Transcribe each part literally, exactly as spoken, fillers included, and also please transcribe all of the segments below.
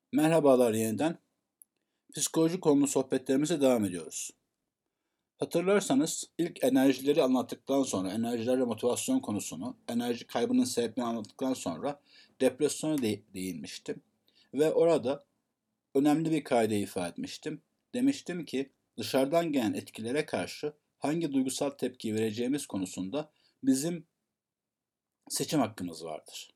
Merhabalar yeniden. Psikoloji konulu sohbetlerimize devam ediyoruz. Hatırlarsanız ilk enerjileri anlattıktan sonra, enerjiler ve motivasyon konusunu, enerji kaybının sebeplerini anlattıktan sonra depresyona de- değinmiştim. Ve orada önemli bir kaide ifade etmiştim. Demiştim ki dışarıdan gelen etkilere karşı hangi duygusal tepki vereceğimiz konusunda bizim seçim hakkımız vardır.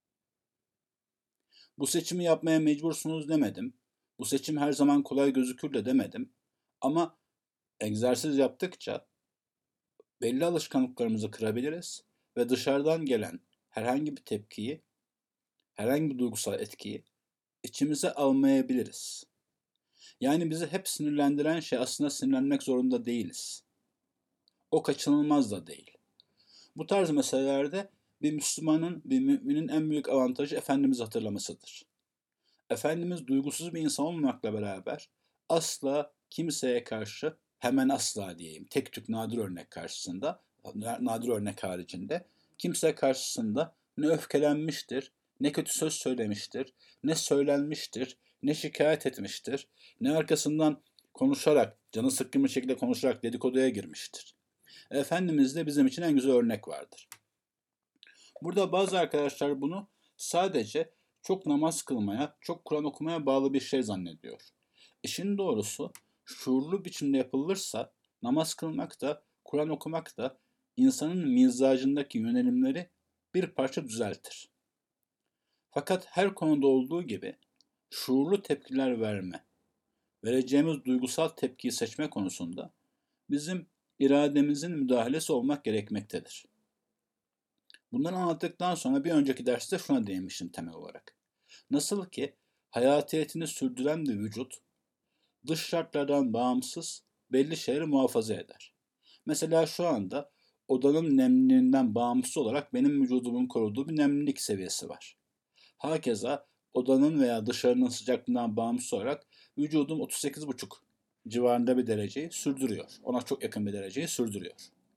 Bu seçimi yapmaya mecbursunuz demedim. Bu seçim her zaman kolay gözükür de demedim. Ama egzersiz yaptıkça belli alışkanlıklarımızı kırabiliriz ve dışarıdan gelen herhangi bir tepkiyi, herhangi bir duygusal etkiyi içimize almayabiliriz. Yani bizi hep sinirlendiren şey aslında sinirlenmek zorunda değiliz. O kaçınılmaz da değil. Bu tarz meselelerde bir Müslümanın, bir müminin en büyük avantajı Efendimiz'i hatırlamasıdır. Efendimiz duygusuz bir insan olmamakla beraber asla kimseye karşı, hemen asla diyeyim, tek tük nadir örnek karşısında, nadir örnek haricinde, kimse karşısında ne öfkelenmiştir, ne kötü söz söylemiştir, ne söylenmiştir, ne şikayet etmiştir, ne arkasından konuşarak, canı sıkkın bir şekilde konuşarak dedikoduya girmiştir. Efendimiz'de bizim için en güzel örnek vardır. Burada bazı arkadaşlar bunu sadece çok namaz kılmaya, çok Kur'an okumaya bağlı bir şey zannediyor. İşin doğrusu şuurlu biçimde yapılırsa namaz kılmak da, Kur'an okumak da insanın mizacındaki yönelimleri bir parça düzeltir. Fakat her konuda olduğu gibi şuurlu tepkiler verme, vereceğimiz duygusal tepkiyi seçme konusunda bizim irademizin müdahalesi olmak gerekmektedir. Bunları anlattıktan sonra bir önceki derste şuna değinmiştim temel olarak. Nasıl ki hayatiyetini sürdüren bir vücut dış şartlardan bağımsız belli şeyleri muhafaza eder. Mesela şu anda odanın nemliliğinden bağımsız olarak benim vücudumun koruduğu bir nemlilik seviyesi var. Hakeza odanın veya dışarının sıcaklığından bağımsız olarak vücudum otuz sekiz buçuk civarında bir dereceyi sürdürüyor. Ona çok yakın bir dereceyi sürdürüyor.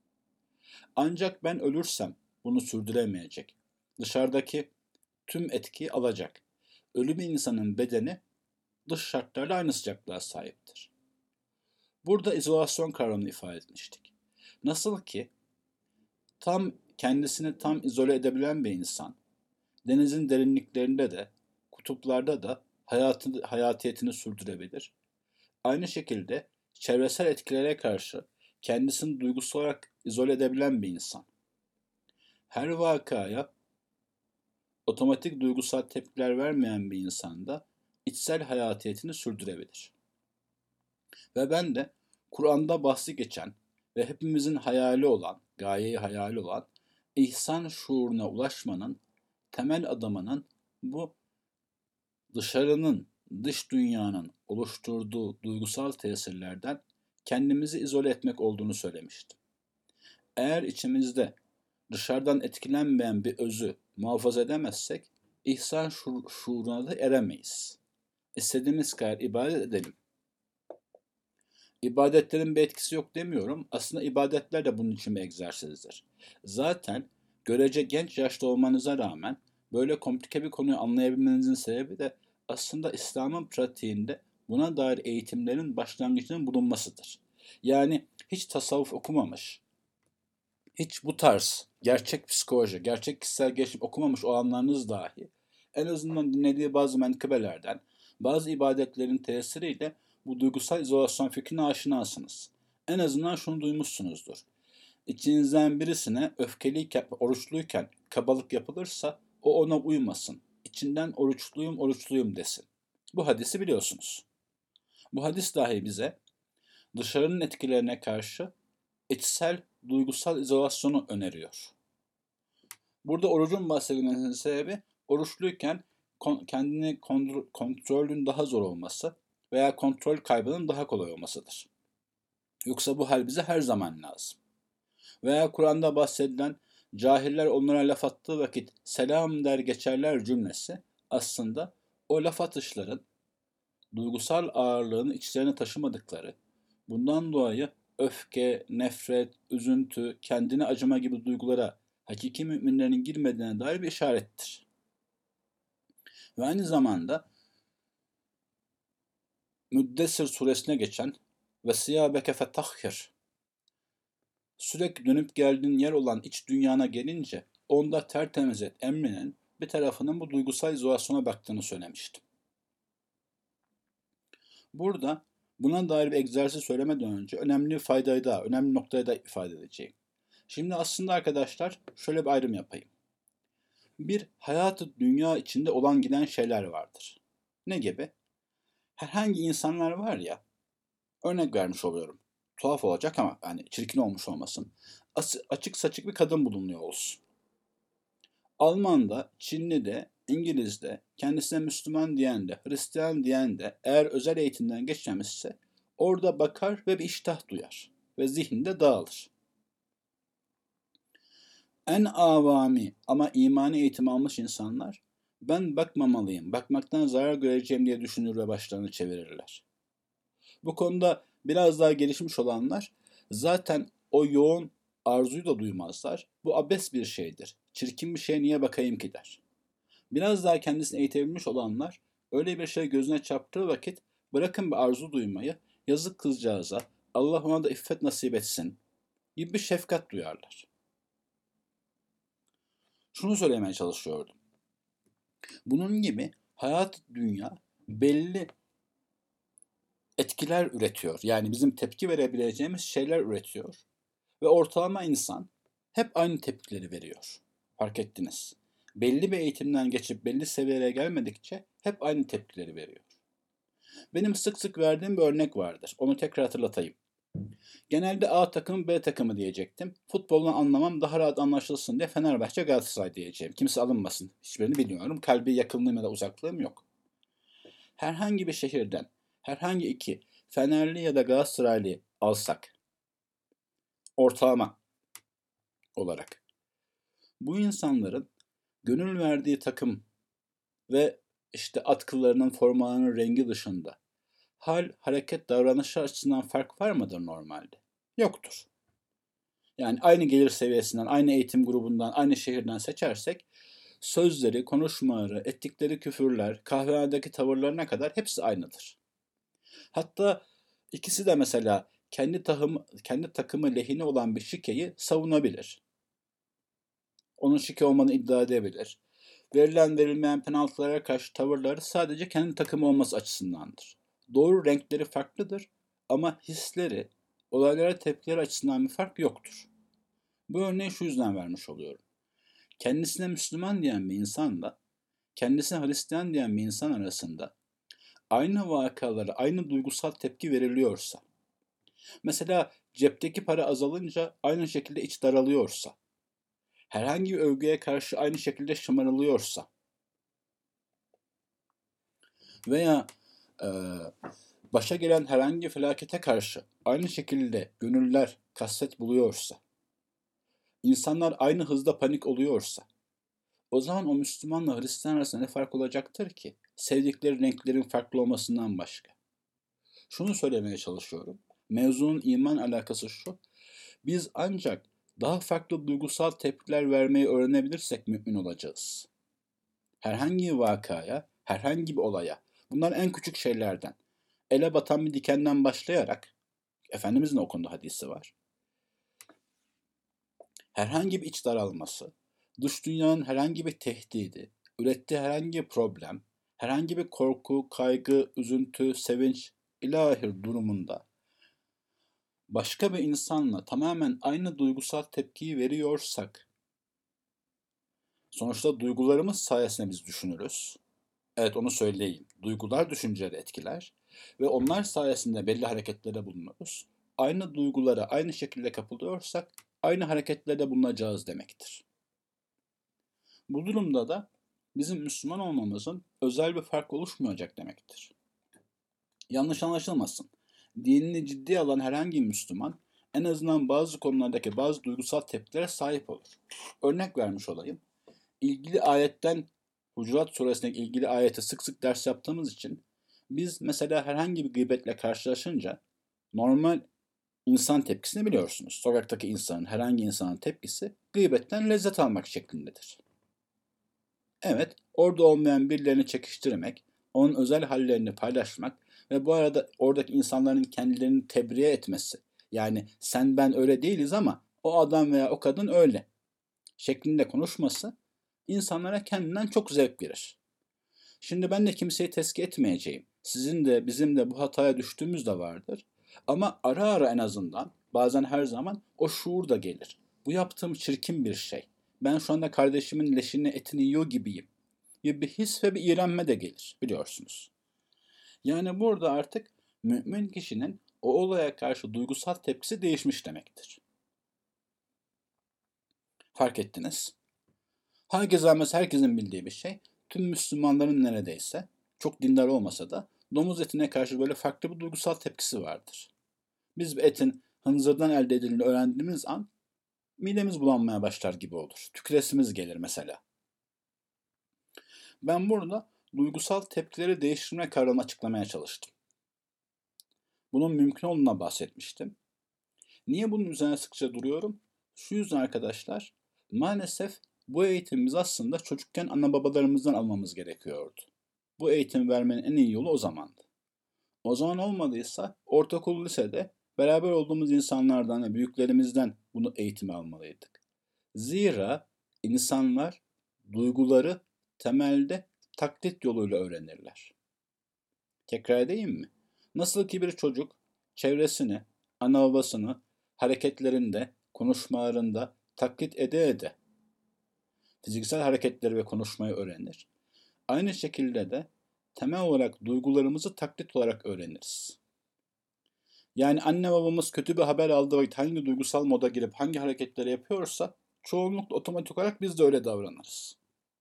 Ancak ben ölürsem bunu sürdüremeyecek. Dışarıdaki tüm etkiyi alacak. Ölü bir insanın bedeni dış şartlarla aynı sıcaklığa sahiptir. Burada izolasyon kavramını ifade etmiştik. Nasıl ki tam kendisini tam izole edebilen bir insan, denizin derinliklerinde de, kutuplarda da hayatı, hayatiyetini sürdürebilir. Aynı şekilde çevresel etkilere karşı kendisini duygusal olarak izole edebilen bir insan, her vakaya otomatik duygusal tepkiler vermeyen bir insanda içsel hayatiyetini sürdürebilir. Ve ben de Kur'an'da bahsi geçen ve hepimizin hayali olan, gayeyi hayali olan ihsan şuuruna ulaşmanın temel adımının bu dışarının, dış dünyanın oluşturduğu duygusal tesirlerden kendimizi izole etmek olduğunu söylemiştim. Eğer içimizde dışarıdan etkilenmeyen bir özü muhafaza edemezsek ihsan şuur, şuuruna da eremeyiz. İstediğimiz kadar ibadet edelim. İbadetlerin bir etkisi yok demiyorum. Aslında ibadetler de bunun için bir egzersizdir. Zaten görece genç yaşta olmanıza rağmen böyle komplike bir konuyu anlayabilmenizin sebebi de aslında İslam'ın pratiğinde buna dair eğitimlerin başlangıcının bulunmasıdır. Yani hiç tasavvuf okumamış, hiç bu tarz gerçek psikoloji, gerçek kişisel gelişim okumamış olanlarınız dahi en azından dinlediği bazı menkıbelerden, bazı ibadetlerin tesiriyle bu duygusal izolasyon fikrine aşinasınız. En azından şunu duymuşsunuzdur. İçinizden birisine öfkeliyken, oruçluyken kabalık yapılırsa o ona uymasın. İçinden oruçluyum, oruçluyum desin. Bu hadisi biliyorsunuz. Bu hadis dahi bize dışarının etkilerine karşı içsel duygusal izolasyonu öneriyor. Burada orucun bahsedilmesinin sebebi oruçluyken kendini kontrolün daha zor olması veya kontrol kaybının daha kolay olmasıdır. Yoksa bu hal bize her zaman lazım. Veya Kur'an'da bahsedilen cahiller onlara laf attığı vakit selam der geçerler cümlesi aslında o laf atışların duygusal ağırlığını içlerine taşımadıkları, bundan dolayı öfke, nefret, üzüntü, kendine acıma gibi duygulara hakiki müminlerin girmediğine dair bir işarettir. Ve aynı zamanda Müddessir suresine geçen ve siyâbeke fetahhir, sürekli dönüp geldiğin yer olan iç dünyana gelince onda tertemiz et emrinin bir tarafının bu duygusal izolasyona baktığını söylemiştim. Burada buna dair bir egzersiz söylemeden önce önemli bir faydayı da, önemli noktayı da ifade edeceğim. Şimdi aslında arkadaşlar şöyle bir ayrım yapayım. Bir, hayatı dünya içinde olan giden şeyler vardır. Ne gibi? Herhangi insanlar var ya, örnek vermiş oluyorum. Tuhaf olacak ama yani çirkin olmuş olmasın. As- açık saçık bir kadın bulunuyor olsun. Alman'da, Çinli'de, İngiliz'de, kendisine Müslüman diyen de, Hristiyan diyen de eğer özel eğitimden geçmemişse orada bakar ve bir iştah duyar ve zihninde dağılır. En avami ama imani eğitim almış insanlar ben bakmamalıyım, bakmaktan zarar göreceğim diye düşünür ve başlarını çevirirler. Bu konuda biraz daha gelişmiş olanlar zaten o yoğun arzuyu da duymazlar. Bu abes bir şeydir. Çirkin bir şeye niye bakayım ki der. Biraz daha kendisini eğitebilmiş olanlar öyle bir şey gözüne çarptığı vakit bırakın bir arzu duymayı, yazık kızcağıza, Allah ona da iffet nasip etsin gibi bir şefkat duyarlar. Şunu söylemeye çalışıyordum. Bunun gibi hayat dünya belli etkiler üretiyor. Yani bizim tepki verebileceğimiz şeyler üretiyor. Ve ortalama insan hep aynı tepkileri veriyor. Fark ettiniz. Belli bir eğitimden geçip belli seviyelere gelmedikçe hep aynı tepkileri veriyor. Benim sık sık verdiğim bir örnek vardır. Onu tekrar hatırlatayım. Genelde A takımı B takımı diyecektim. Futboldan anlamam daha rahat anlaşılsın diye Fenerbahçe Galatasaray diyeceğim. Kimse alınmasın. Hiçbirini bilmiyorum. Kalbi yakınlığım ya da uzaklığım yok. Herhangi bir şehirden herhangi iki Fenerli ya da Galatasaraylı alsak ortalama olarak bu insanların gönül verdiği takım ve işte atkılarının, formalarının rengi dışında hal, hareket, davranışı açısından fark var mıdır normalde? Yoktur. Yani aynı gelir seviyesinden, aynı eğitim grubundan, aynı şehirden seçersek sözleri, konuşmaları, ettikleri küfürler, kahvehanedeki tavırlarına kadar hepsi aynıdır. Hatta ikisi de mesela kendi takım, kendi takımı lehine olan bir şikeyi savunabilir. Onun şike olmadığını iddia edebilir. Verilen verilmeyen penaltılara karşı tavırları sadece kendi takımı olması açısındandır. Doğru renkleri farklıdır ama hisleri, olaylara tepkileri açısından bir fark yoktur. Bu örneği şu yüzden vermiş oluyorum. Kendisine Müslüman diyen bir insanla kendisine Hristiyan diyen bir insan arasında aynı vakalara aynı duygusal tepki veriliyorsa, mesela cepteki para azalınca aynı şekilde iç daralıyorsa, herhangi bir övgüye karşı aynı şekilde şımarılıyorsa veya e, başa gelen herhangi bir felakete karşı aynı şekilde gönüller kasvet buluyorsa, insanlar aynı hızda panik oluyorsa, o zaman o Müslümanla Hristiyan arasında ne fark olacaktır ki? Sevdikleri renklerin farklı olmasından başka. Şunu söylemeye çalışıyorum. Mevzunun iman alakası şu. Biz ancak daha farklı duygusal tepkiler vermeyi öğrenebilirsek mümin olacağız. Herhangi bir vakaya, herhangi bir olaya, bunlar en küçük şeylerden, ele batan bir dikenden başlayarak, Efendimizin o konuda hadisi var. Herhangi bir iç daralması, dış dünyanın herhangi bir tehdidi, ürettiği herhangi bir problem, herhangi bir korku, kaygı, üzüntü, sevinç, ilahir durumunda başka bir insanla tamamen aynı duygusal tepkiyi veriyorsak, sonuçta duygularımız sayesinde biz düşünürüz. Evet, onu söyleyeyim. Duygular düşünceleri etkiler ve onlar sayesinde belli hareketlerde bulunuruz. Aynı duygulara aynı şekilde kapılıyorsak aynı hareketlerde bulunacağız demektir. Bu durumda da bizim Müslüman olmamızın özel bir fark oluşmayacak demektir. Yanlış anlaşılmasın. Dinini ciddiye alan herhangi bir Müslüman en azından bazı konulardaki bazı duygusal tepkilere sahip olur. Örnek vermiş olayım. İlgili ayetten Hucurat Suresi'ndeki ilgili ayete sık sık ders yaptığımız için biz mesela herhangi bir gıybetle karşılaşınca normal insan tepkisini biliyorsunuz. Sokaktaki insanın, herhangi insanın tepkisi gıybetten lezzet almak şeklindedir. Evet, orada olmayan birilerini çekiştirmek, onun özel hallerini paylaşmak Ve bu arada oradaki insanların kendilerini tebriğe etmesi, yani sen ben öyle değiliz ama o adam veya o kadın öyle şeklinde konuşması insanlara kendinden çok zevk verir. Şimdi ben de kimseyi tezkiye etmeyeceğim. Sizin de bizim de bu hataya düştüğümüz de vardır. Ama ara ara en azından, bazen her zaman o şuur da gelir. Bu yaptığım çirkin bir şey. Ben şu anda kardeşimin leşini, etini yiyor gibiyim. Gibi bir his ve bir iğrenme de gelir, biliyorsunuz. Yani burada artık mümin kişinin o olaya karşı duygusal tepkisi değişmiş demektir. Fark ettiniz. Herkes mesela herkesin bildiği bir şey. Tüm Müslümanların neredeyse, çok dindar olmasa da domuz etine karşı böyle farklı bir duygusal tepkisi vardır. Biz bir etin hınzırdan elde edildiğini öğrendiğimiz an midemiz bulanmaya başlar gibi olur. Tüküresimiz gelir mesela. Ben burada duygusal tepkileri değiştirme kavramını açıklamaya çalıştım. Bunun mümkün olduğuna bahsetmiştim. Niye bunun üzerine sıkça duruyorum? Şu yüzden arkadaşlar, maalesef bu eğitimimiz aslında çocukken ana babalarımızdan almamız gerekiyordu. Bu eğitim vermenin en iyi yolu o zamandı. O zaman olmadıysa ortaokul, lisede beraber olduğumuz insanlardan ve büyüklerimizden bunu eğitimi almalıydık. Zira insanlar duyguları temelde taklit yoluyla öğrenirler. Tekrar edeyim mi? Nasıl ki bir çocuk çevresini, ana babasını hareketlerinde, konuşmalarında taklit ede ede fiziksel hareketleri ve konuşmayı öğrenir. Aynı şekilde de temel olarak duygularımızı taklit olarak öğreniriz. Yani anne babamız kötü bir haber aldığı vakit hangi duygusal moda girip hangi hareketleri yapıyorsa çoğunlukla otomatik olarak biz de öyle davranırız.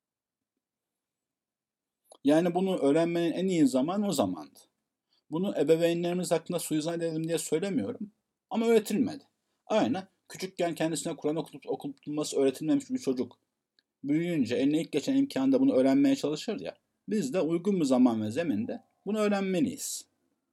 Yani bunu öğrenmenin en iyi zamanı o zamandı. Bunu ebeveynlerimiz hakkında suizan edelim diye söylemiyorum ama öğretilmedi. Aynı küçükken kendisine Kur'an okutup okutulması öğretilmemiş bir çocuk büyüyünce eline ilk geçen imkanda bunu öğrenmeye çalışır ya, biz de uygun bir zaman ve zeminde bunu öğrenmeliyiz.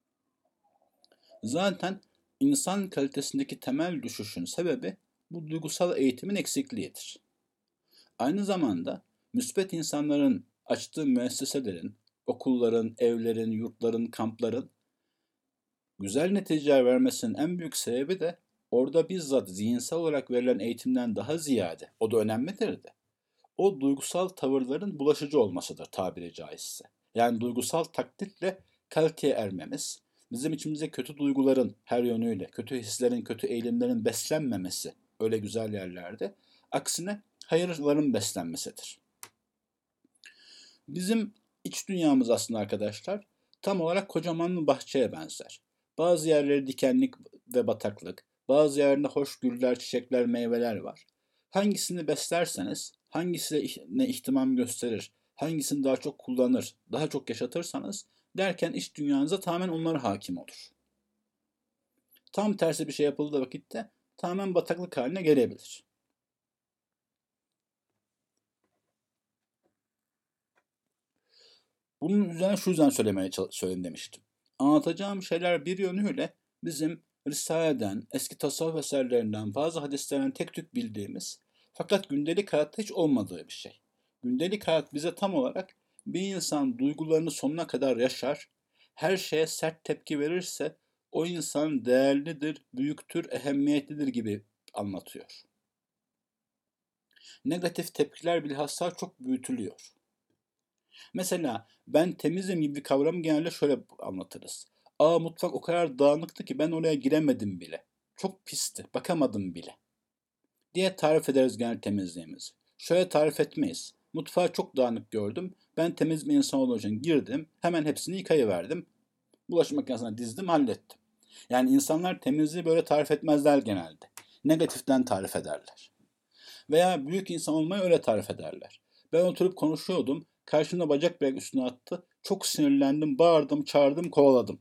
Zaten insan kalitesindeki temel düşüşün sebebi bu duygusal eğitimin eksikliğidir. Aynı zamanda müspet insanların açtığı müesseselerin, okulların, evlerin, yurtların, kampların güzel neticeler vermesinin en büyük sebebi de orada bizzat zihinsel olarak verilen eğitimden daha ziyade, o da önemlidir de, o duygusal tavırların bulaşıcı olmasıdır tabiri caizse. Yani duygusal taklitle kaliteye ermemiz, bizim içimizde kötü duyguların her yönüyle, kötü hislerin, kötü eğilimlerin beslenmemesi öyle güzel yerlerde, aksine hayırların beslenmesidir. Bizim iç dünyamız aslında arkadaşlar tam olarak kocaman bir bahçeye benzer. Bazı yerleri dikenlik ve bataklık, bazı yerlerinde hoş güller, çiçekler, meyveler var. Hangisini beslerseniz, hangisine ihtimam gösterir, hangisini daha çok kullanır, daha çok yaşatırsanız derken iç dünyanıza tamamen onlar hakim olur. Tam tersi bir şey yapıldığı vakitte tamamen bataklık haline gelebilir. Bunun üzerine şu yüzden söylemeye söyledim demiştim. Anlatacağım şeyler bir yönüyle bizim Risale'den, eski tasavvuf eserlerinden, bazı hadislerden tek tük bildiğimiz fakat gündelik hayatta hiç olmadığı bir şey. Gündelik hayat bize tam olarak bir insan duygularını sonuna kadar yaşar, her şeye sert tepki verirse o insan değerlidir, büyüktür, ehemmiyetlidir gibi anlatıyor. Negatif tepkiler bilhassa çok büyütülüyor. Mesela ben temizim gibi bir kavramı genelde şöyle anlatırız. Aa, mutfak o kadar dağınıktı ki ben oraya giremedim bile. Çok pisti, bakamadım bile diye tarif ederiz genel temizliğimizi. Şöyle tarif etmeyiz. Mutfağı çok dağınık gördüm. Ben temiz bir insan olduğum için girdim. Hemen hepsini yıkayıverdim. Bulaşık makinesine dizdim, hallettim. Yani insanlar temizliği böyle tarif etmezler genelde. Negatiften tarif ederler. Veya büyük insan olmayı öyle tarif ederler. Ben oturup konuşuyordum. Karşımda bacak bile üstüne attı. Çok sinirlendim, bağırdım, çağırdım, kovaladım.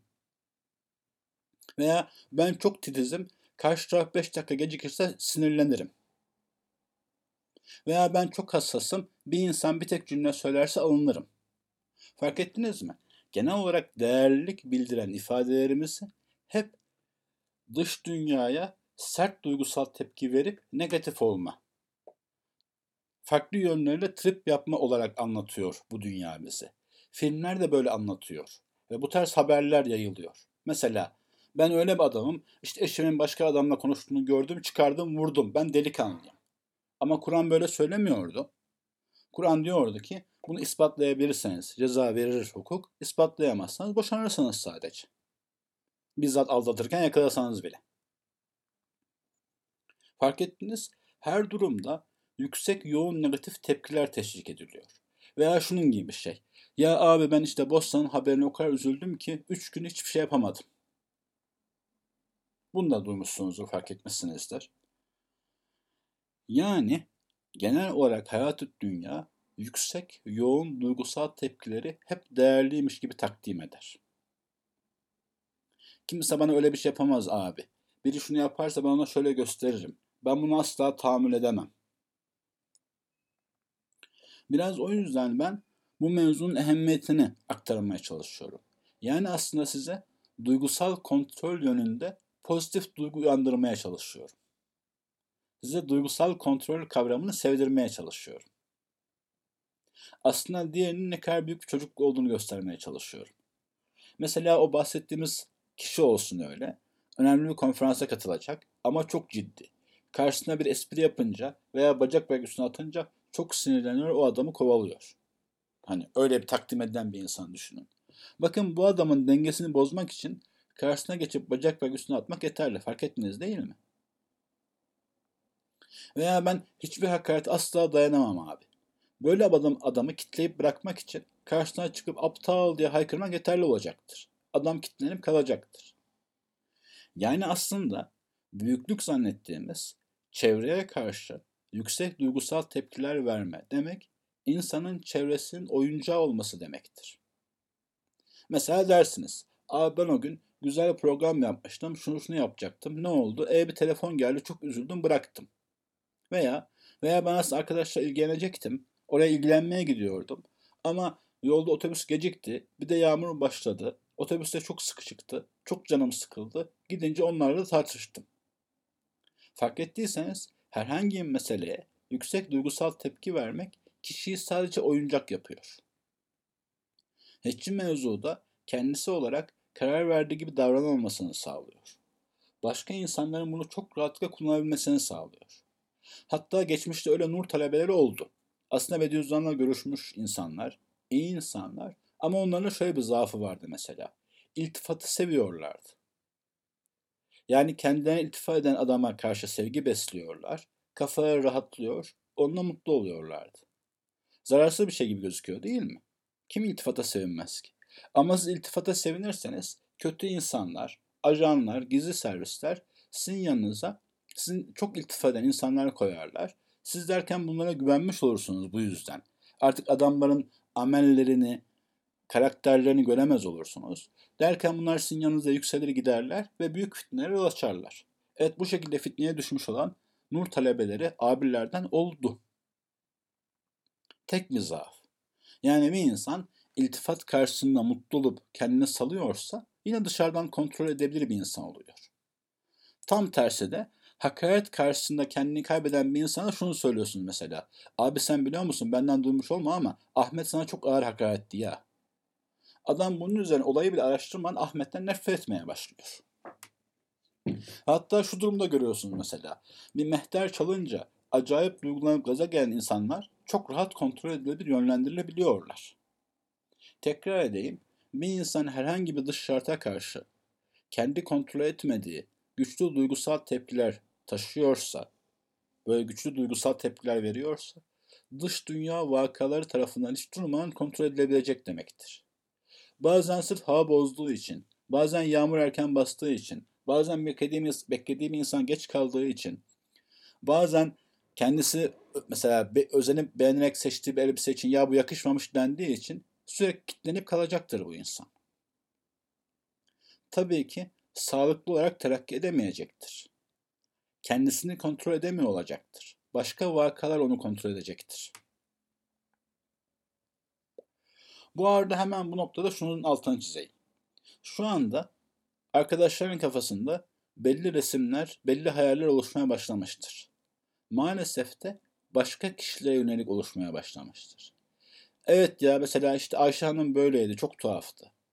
Veya ben çok titizim. Karşı taraf beş dakika gecikirse sinirlenirim. Veya ben çok hassasım. Bir insan bir tek cümle söylerse alınırım. Fark ettiniz mi? Genel olarak değerlilik bildiren ifadelerimizi hep dış dünyaya sert duygusal tepki verip negatif olma, farklı yönleriyle trip yapma olarak anlatıyor bu dünya bizi. Filmler de böyle anlatıyor. Ve bu tarz haberler yayılıyor. Mesela ben öyle bir adamım, işte eşimin başka adamla konuştuğunu gördüm, çıkardım, vurdum. Ben delikanlıyım. Ama Kur'an böyle söylemiyordu. Kur'an diyordu ki bunu ispatlayabilirseniz ceza verir hukuk, ispatlayamazsanız boşanırsınız sadece. Bizzat aldatırken yakalasanız bile. Fark ettiniz, her durumda yüksek yoğun negatif tepkiler teşvik ediliyor. Veya şunun gibi bir şey. Ya abi ben işte Bosna'nın haberine o kadar üzüldüm ki üç gün hiçbir şey yapamadım. Bunu da duymuşsunuzdur, fark etmişsinizdir. Yani genel olarak hayat-ı dünya yüksek, yoğun duygusal tepkileri hep değerliymiş gibi takdim eder. Kimse bana öyle bir şey yapamaz abi. Biri şunu yaparsa ben ona şöyle gösteririm. Ben bunu asla tahammül edemem. Biraz o yüzden ben bu mevzunun ehemmiyetini aktarmaya çalışıyorum. Yani aslında size duygusal kontrol yönünde pozitif duygu uyandırmaya çalışıyorum. Size duygusal kontrol kavramını sevdirmeye çalışıyorum. Aslında diğerinin ne kadar büyük bir çocuk olduğunu göstermeye çalışıyorum. Mesela o bahsettiğimiz kişi olsun öyle. Önemli bir konferansa katılacak ama çok ciddi. Karşısına bir espri yapınca veya bacak vergisini atınca çok sinirleniyor, o adamı kovalıyor. Hani öyle bir takdim edilen bir insan düşünün. Bakın bu adamın dengesini bozmak için karşısına geçip bacak vergisini atmak yeterli. Fark ettiniz değil mi? Veya ben hiçbir hakarete asla dayanamam abi. Böyle adam, adamı kitleyip bırakmak için karşısına çıkıp aptal diye haykırmak yeterli olacaktır. Adam kitlenip kalacaktır. Yani aslında büyüklük zannettiğimiz çevreye karşı yüksek duygusal tepkiler verme demek, insanın çevresinin oyuncağı olması demektir. Mesela dersiniz, abi ben o gün güzel bir program yapmıştım, şunu şunu yapacaktım, ne oldu? E bir telefon geldi, çok üzüldüm, bıraktım. Veya veya ben aslında arkadaşla ilgilenecektim, oraya ilgilenmeye gidiyordum. Ama yolda otobüs gecikti, bir de yağmur başladı, otobüste çok sıkışıktı, çok canım sıkıldı, gidince onlarla tartıştım. Fark ettiyseniz herhangi bir meseleye yüksek duygusal tepki vermek kişiyi sadece oyuncak yapıyor. Hiçbir mevzuda kendisi olarak karar verdiği gibi davranılmasını sağlıyor. Başka insanların bunu çok rahatlıkla kullanabilmesini sağlıyor. Hatta geçmişte öyle nur talebeleri oldu. Aslında Bediüzzaman'la görüşmüş insanlar, iyi insanlar ama onların şöyle bir zaafı vardı mesela. İltifatı seviyorlardı. Yani kendilerine iltifat eden adama karşı sevgi besliyorlar, kafaları rahatlıyor, onunla mutlu oluyorlardı. Zararsız bir şey gibi gözüküyor değil mi? Kim iltifata sevinmez ki? Ama siz iltifata sevinirseniz kötü insanlar, ajanlar, gizli servisler sizin yanınıza sizin çok iltifat eden insanlar koyarlar. Siz derken bunlara güvenmiş olursunuz bu yüzden. Artık adamların amellerini, karakterlerini göremez olursunuz. Derken bunlar sizin yanınıza yükselir giderler ve büyük fitnelere yol açarlar. Evet, bu şekilde fitneye düşmüş olan nur talebeleri abilerden oldu. Tek bir zaaf. Yani bir insan iltifat karşısında mutlu olup kendini salıyorsa yine dışarıdan kontrol edebilir bir insan oluyor. Tam tersi de hakaret karşısında kendini kaybeden bir insana şunu söylüyorsun mesela. Abi sen biliyor musun, benden duymuş olma ama Ahmet sana çok ağır hakaret etti ya. Adam bunun üzerine olayı bile araştırmadan Ahmet'ten nefret etmeye başlıyor. Hatta şu durumda görüyorsunuz mesela. Bir mehter çalınca acayip duygulanıp gaza gelen insanlar çok rahat kontrol edilebilir, yönlendirilebiliyorlar. Tekrar edeyim. Bir insan herhangi bir dış şarta karşı kendi kontrol etmediği güçlü duygusal tepkiler taşıyorsa, böyle güçlü duygusal tepkiler veriyorsa, dış dünya vakaları tarafından hiç durmadan kontrol edilebilecek demektir. Bazen sırf hava bozduğu için, bazen yağmur erken bastığı için, bazen beklediğimiz, beklediğim insan geç kaldığı için, bazen kendisi mesela be, özenip beğenerek seçtiği bir elbise için ya bu yakışmamış dendiği için sürekli kilitlenip kalacaktır bu insan. Tabii ki sağlıklı olarak terakki edemeyecektir. Kendisini kontrol edemiyor olacaktır. Başka vakalar onu kontrol edecektir. Bu arada hemen bu noktada şunun altını çizeyim. Şu anda arkadaşların kafasında belli resimler, belli hayaller oluşmaya başlamıştır. Maalesef de başka kişilere yönelik oluşmaya başlamıştır. Evet ya, mesela işte Ayşe Hanım böyleydi, çok tuhaftı.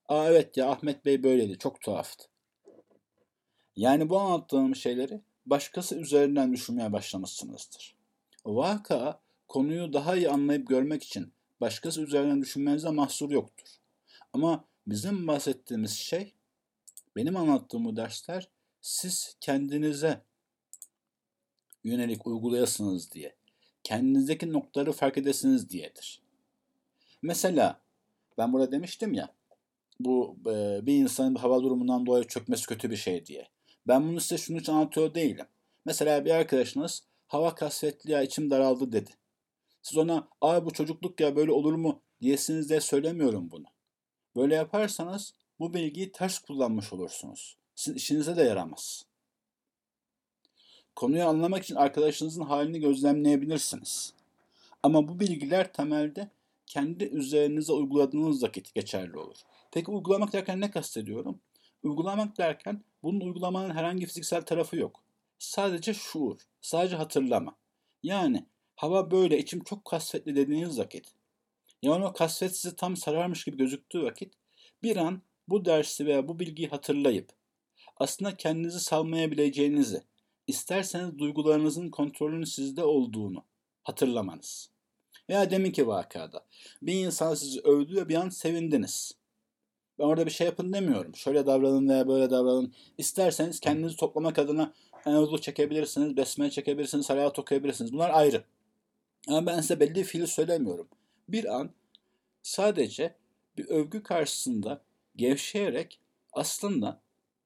Aa evet ya Ahmet Bey böyleydi, çok tuhaftı. Yani bu anlattığım şeyleri başkası üzerinden düşünmeye başlamışsınızdır. Vaka, konuyu daha iyi anlayıp görmek için başkası üzerinden düşünmenize mahsur yoktur. Ama bizim bahsettiğimiz şey, benim anlattığım bu dersler siz kendinize yönelik uygulayasınız diye, kendinizdeki noktaları fark edesiniz diyedir. Mesela ben burada demiştim ya, bu e, bir insanın bir hava durumundan dolayı çökmesi kötü bir şey diye. Ben bunu size şunun için anlatıyor değilim. Mesela bir arkadaşınız hava kasvetli ya içim daraldı dedi. Siz ona aa bu çocukluk ya böyle olur mu diyesiniz diye söylemiyorum bunu. Böyle yaparsanız bu bilgiyi ters kullanmış olursunuz. Sizin işinize de yaramaz. Konuyu anlamak için arkadaşınızın halini gözlemleyebilirsiniz. Ama bu bilgiler temelde kendi üzerinize uyguladığınız vakit geçerli olur. Peki uygulamak derken ne kastediyorum? Uygulamak derken bunun uygulamanın herhangi fiziksel tarafı yok. Sadece şuur, sadece hatırlama. Yani hava böyle içim çok kasvetli dediğiniz vakit, yani o kasvet sizi tam sararmış gibi gözüktüğü vakit bir an bu dersi veya bu bilgiyi hatırlayıp aslında kendinizi salmayabileceğinizi, isterseniz duygularınızın kontrolünün sizde olduğunu hatırlamanız. Veya deminki vakada bir insan sizi övdü ve bir an sevindiniz. Ben orada bir şey yapın demiyorum. Şöyle davranın veya böyle davranın. İsterseniz kendinizi toplamak adına enozlu çekebilirsiniz, besmele çekebilirsiniz, salat okuyabilirsiniz. Bunlar ayrı. Ama ben size belli bir fiili söylemiyorum. Bir an sadece bir övgü karşısında gevşeyerek aslında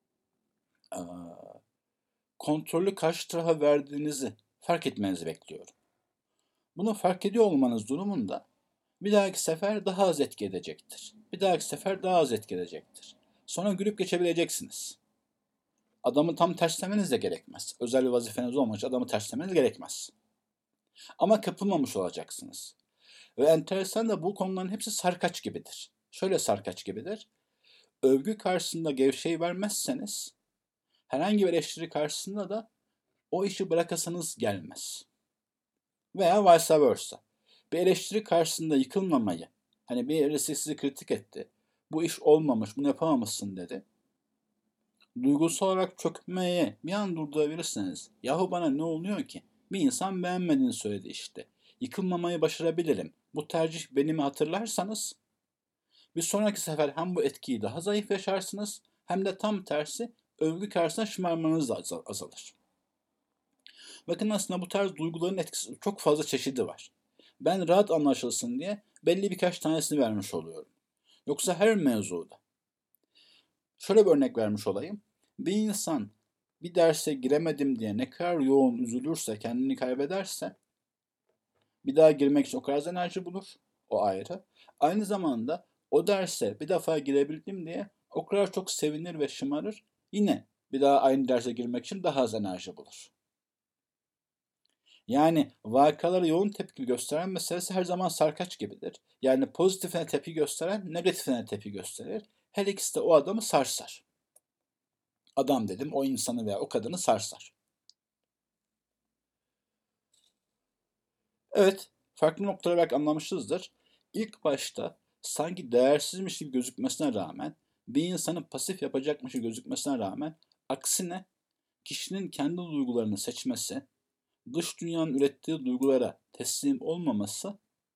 kontrolü karşı tarafa verdiğinizi fark etmenizi bekliyorum. Bunu fark ediyor olmanız durumunda bir dahaki sefer daha az etki edecektir. Bir dahaki sefer daha az etki edecektir. Sonra gülüp geçebileceksiniz. Adamı tam terslemeniz de gerekmez. Özel bir vazifeniz olmadığı için adamı terslemeniz gerekmez. Ama kapılmamış olacaksınız. Ve enteresan da bu konuların hepsi sarkaç gibidir. Şöyle sarkaç gibidir. Övgü karşısında gevşeyi vermezseniz herhangi bir eleştiri karşısında da o işi bırakasınız gelmez. Veya vice versa. Bir eleştiri karşısında yıkılmamayı, hani birisi sizi kritik etti, bu iş olmamış, bunu yapamamışsın dedi. Duygusal olarak çökmeye bir an durdurabilirsiniz. Yahu bana ne oluyor ki? Bir insan beğenmediğini söyledi işte. Yıkılmamayı başarabilirim. Bu tercih benimi hatırlarsanız bir sonraki sefer hem bu etkiyi daha zayıf yaşarsınız hem de tam tersi övgü karşısında şımarmanız da azalır. Bakın aslında bu tarz duyguların etkisi çok fazla çeşidi var. Ben rahat anlaşılsın diye belli birkaç tanesini vermiş oluyorum. Yoksa her mevzuda. Şöyle bir örnek vermiş olayım. Bir insan bir derse giremedim diye ne kadar yoğun üzülürse, kendini kaybederse bir daha girmek için o kadar az enerji bulur. O ayrı. Aynı zamanda o derse bir defa girebildim diye o kadar çok sevinir ve şımarır. Yine bir daha aynı derse girmek için daha az enerji bulur. Yani vakalara yoğun tepki gösteren meselesi her zaman sarkaç gibidir. Yani pozitifine tepki gösteren negatifine tepki gösterir. Her ikisi de o adamı sarsar. Adam dedim o insanı veya o kadını sarsar. Evet, farklı noktalar belki anlamışızdır. İlk başta sanki değersizmiş gibi gözükmesine rağmen, bir insanın pasif yapacakmış gibi gözükmesine rağmen, aksine kişinin kendi duygularını seçmesi, dış dünyanın ürettiği duygulara teslim olmaması,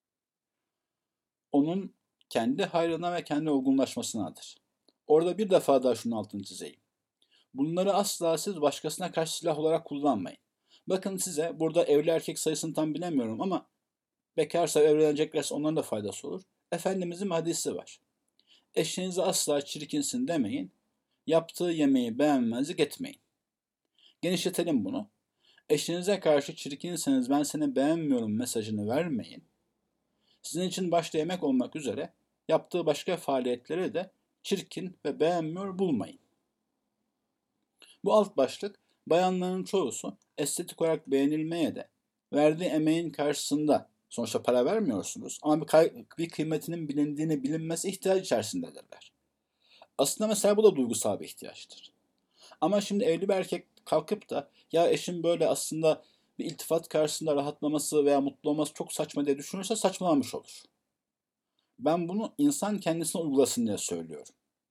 onun kendi hayrına ve kendi olgunlaşmasınadır. Orada bir defa daha şunun altını çizeyim. Bunları asla siz başkasına karşı silah olarak kullanmayın. Bakın size burada evli erkek sayısını tam bilemiyorum ama bekarsa evleneceklerse onların da faydası olur. Efendimizin hadisi var. Eşinize asla çirkinsin demeyin. Yaptığı yemeği beğenmezlik etmeyin. Genişletelim bunu. Eşinize karşı çirkinseniz ben seni beğenmiyorum mesajını vermeyin. Sizin için başta yemek olmak üzere yaptığı başka faaliyetleri de çirkin ve beğenmiyor bulmayın. Bu alt başlık bayanların çoğusu estetik olarak beğenilmeye de verdiği emeğin karşısında sonuçta para vermiyorsunuz ama bir, kay- bir kıymetinin bilindiğini bilinmesi ihtiyaç içerisindedirler. Aslında mesela bu da duygusal bir ihtiyaçtır. Ama şimdi evli bir erkek kalkıp da ya eşim böyle aslında bir iltifat karşısında rahatlaması veya mutlu olması çok saçma diye düşünürse saçmalamış olur. Ben bunu insan kendisine uygulasın diye söylüyorum.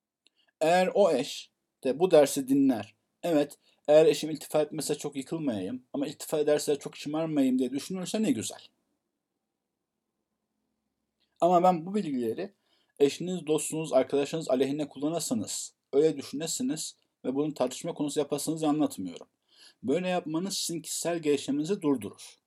Eğer o eş de bu dersi dinler, evet, eğer eşim iltifat etmese çok yıkılmayayım ama iltifat ederse çok şımarmayayım diye düşünürse ne güzel. Ama ben bu bilgileri eşiniz, dostunuz, arkadaşınız aleyhine kullanırsanız, öyle düşünesiniz ve bunu tartışma konusu yapasınız anlatmıyorum. Böyle yapmanız sizin kişisel gelişiminizi durdurur.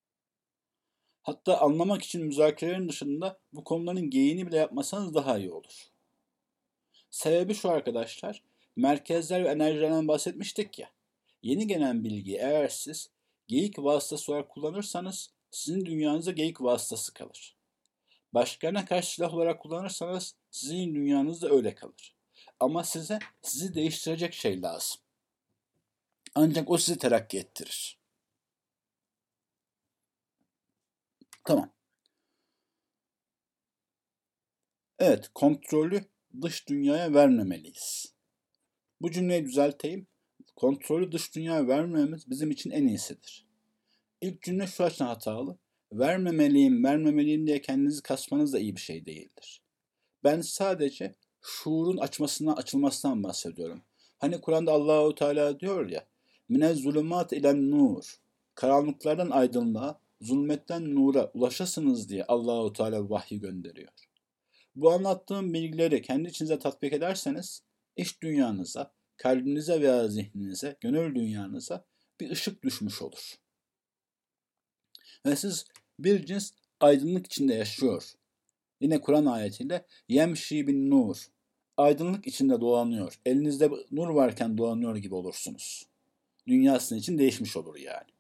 Hatta anlamak için müzakerelerin dışında bu konuların geyiğini bile yapmasanız daha iyi olur. Sebebi şu arkadaşlar, merkezler ve enerjilerden bahsetmiştik ya. Yeni gelen bilgiyi eğer siz geyik vasıtası olarak kullanırsanız sizin dünyanıza geyik vasıtası kalır. Başkalarına karşı silah olarak kullanırsanız sizin dünyanız da öyle kalır. Ama size sizi değiştirecek şey lazım. Ancak o sizi terakki ettirir. Tamam. Evet, kontrolü dış dünyaya vermemeliyiz. Bu cümleyi düzelteyim. Kontrolü dış dünyaya vermememiz bizim için en iyisidir. İlk cümle şu açıdan hatalı. Vermemeliyim, vermemeliyim diye kendinizi kasmanız da iyi bir şey değildir. Ben sadece şuurun açmasından, açılmasından bahsediyorum. Hani Kur'an'da Allahu Teala diyor ya, minez zulümat ilen nur. Karanlıklardan aydınlığa, zulmetten nura ulaşasınız diye Allahu Teala vahyi gönderiyor. Bu anlattığım bilgileri kendi içinize tatbik ederseniz, iç dünyanıza, kalbinize veya zihninize, gönül dünyanıza bir ışık düşmüş olur. Ve siz bir cins aydınlık içinde yaşıyor. Yine Kur'an ayetiyle yemşi bin nur. Aydınlık içinde dolanıyor. Elinizde nur varken dolanıyor gibi olursunuz. Dünya sizin için değişmiş olur yani.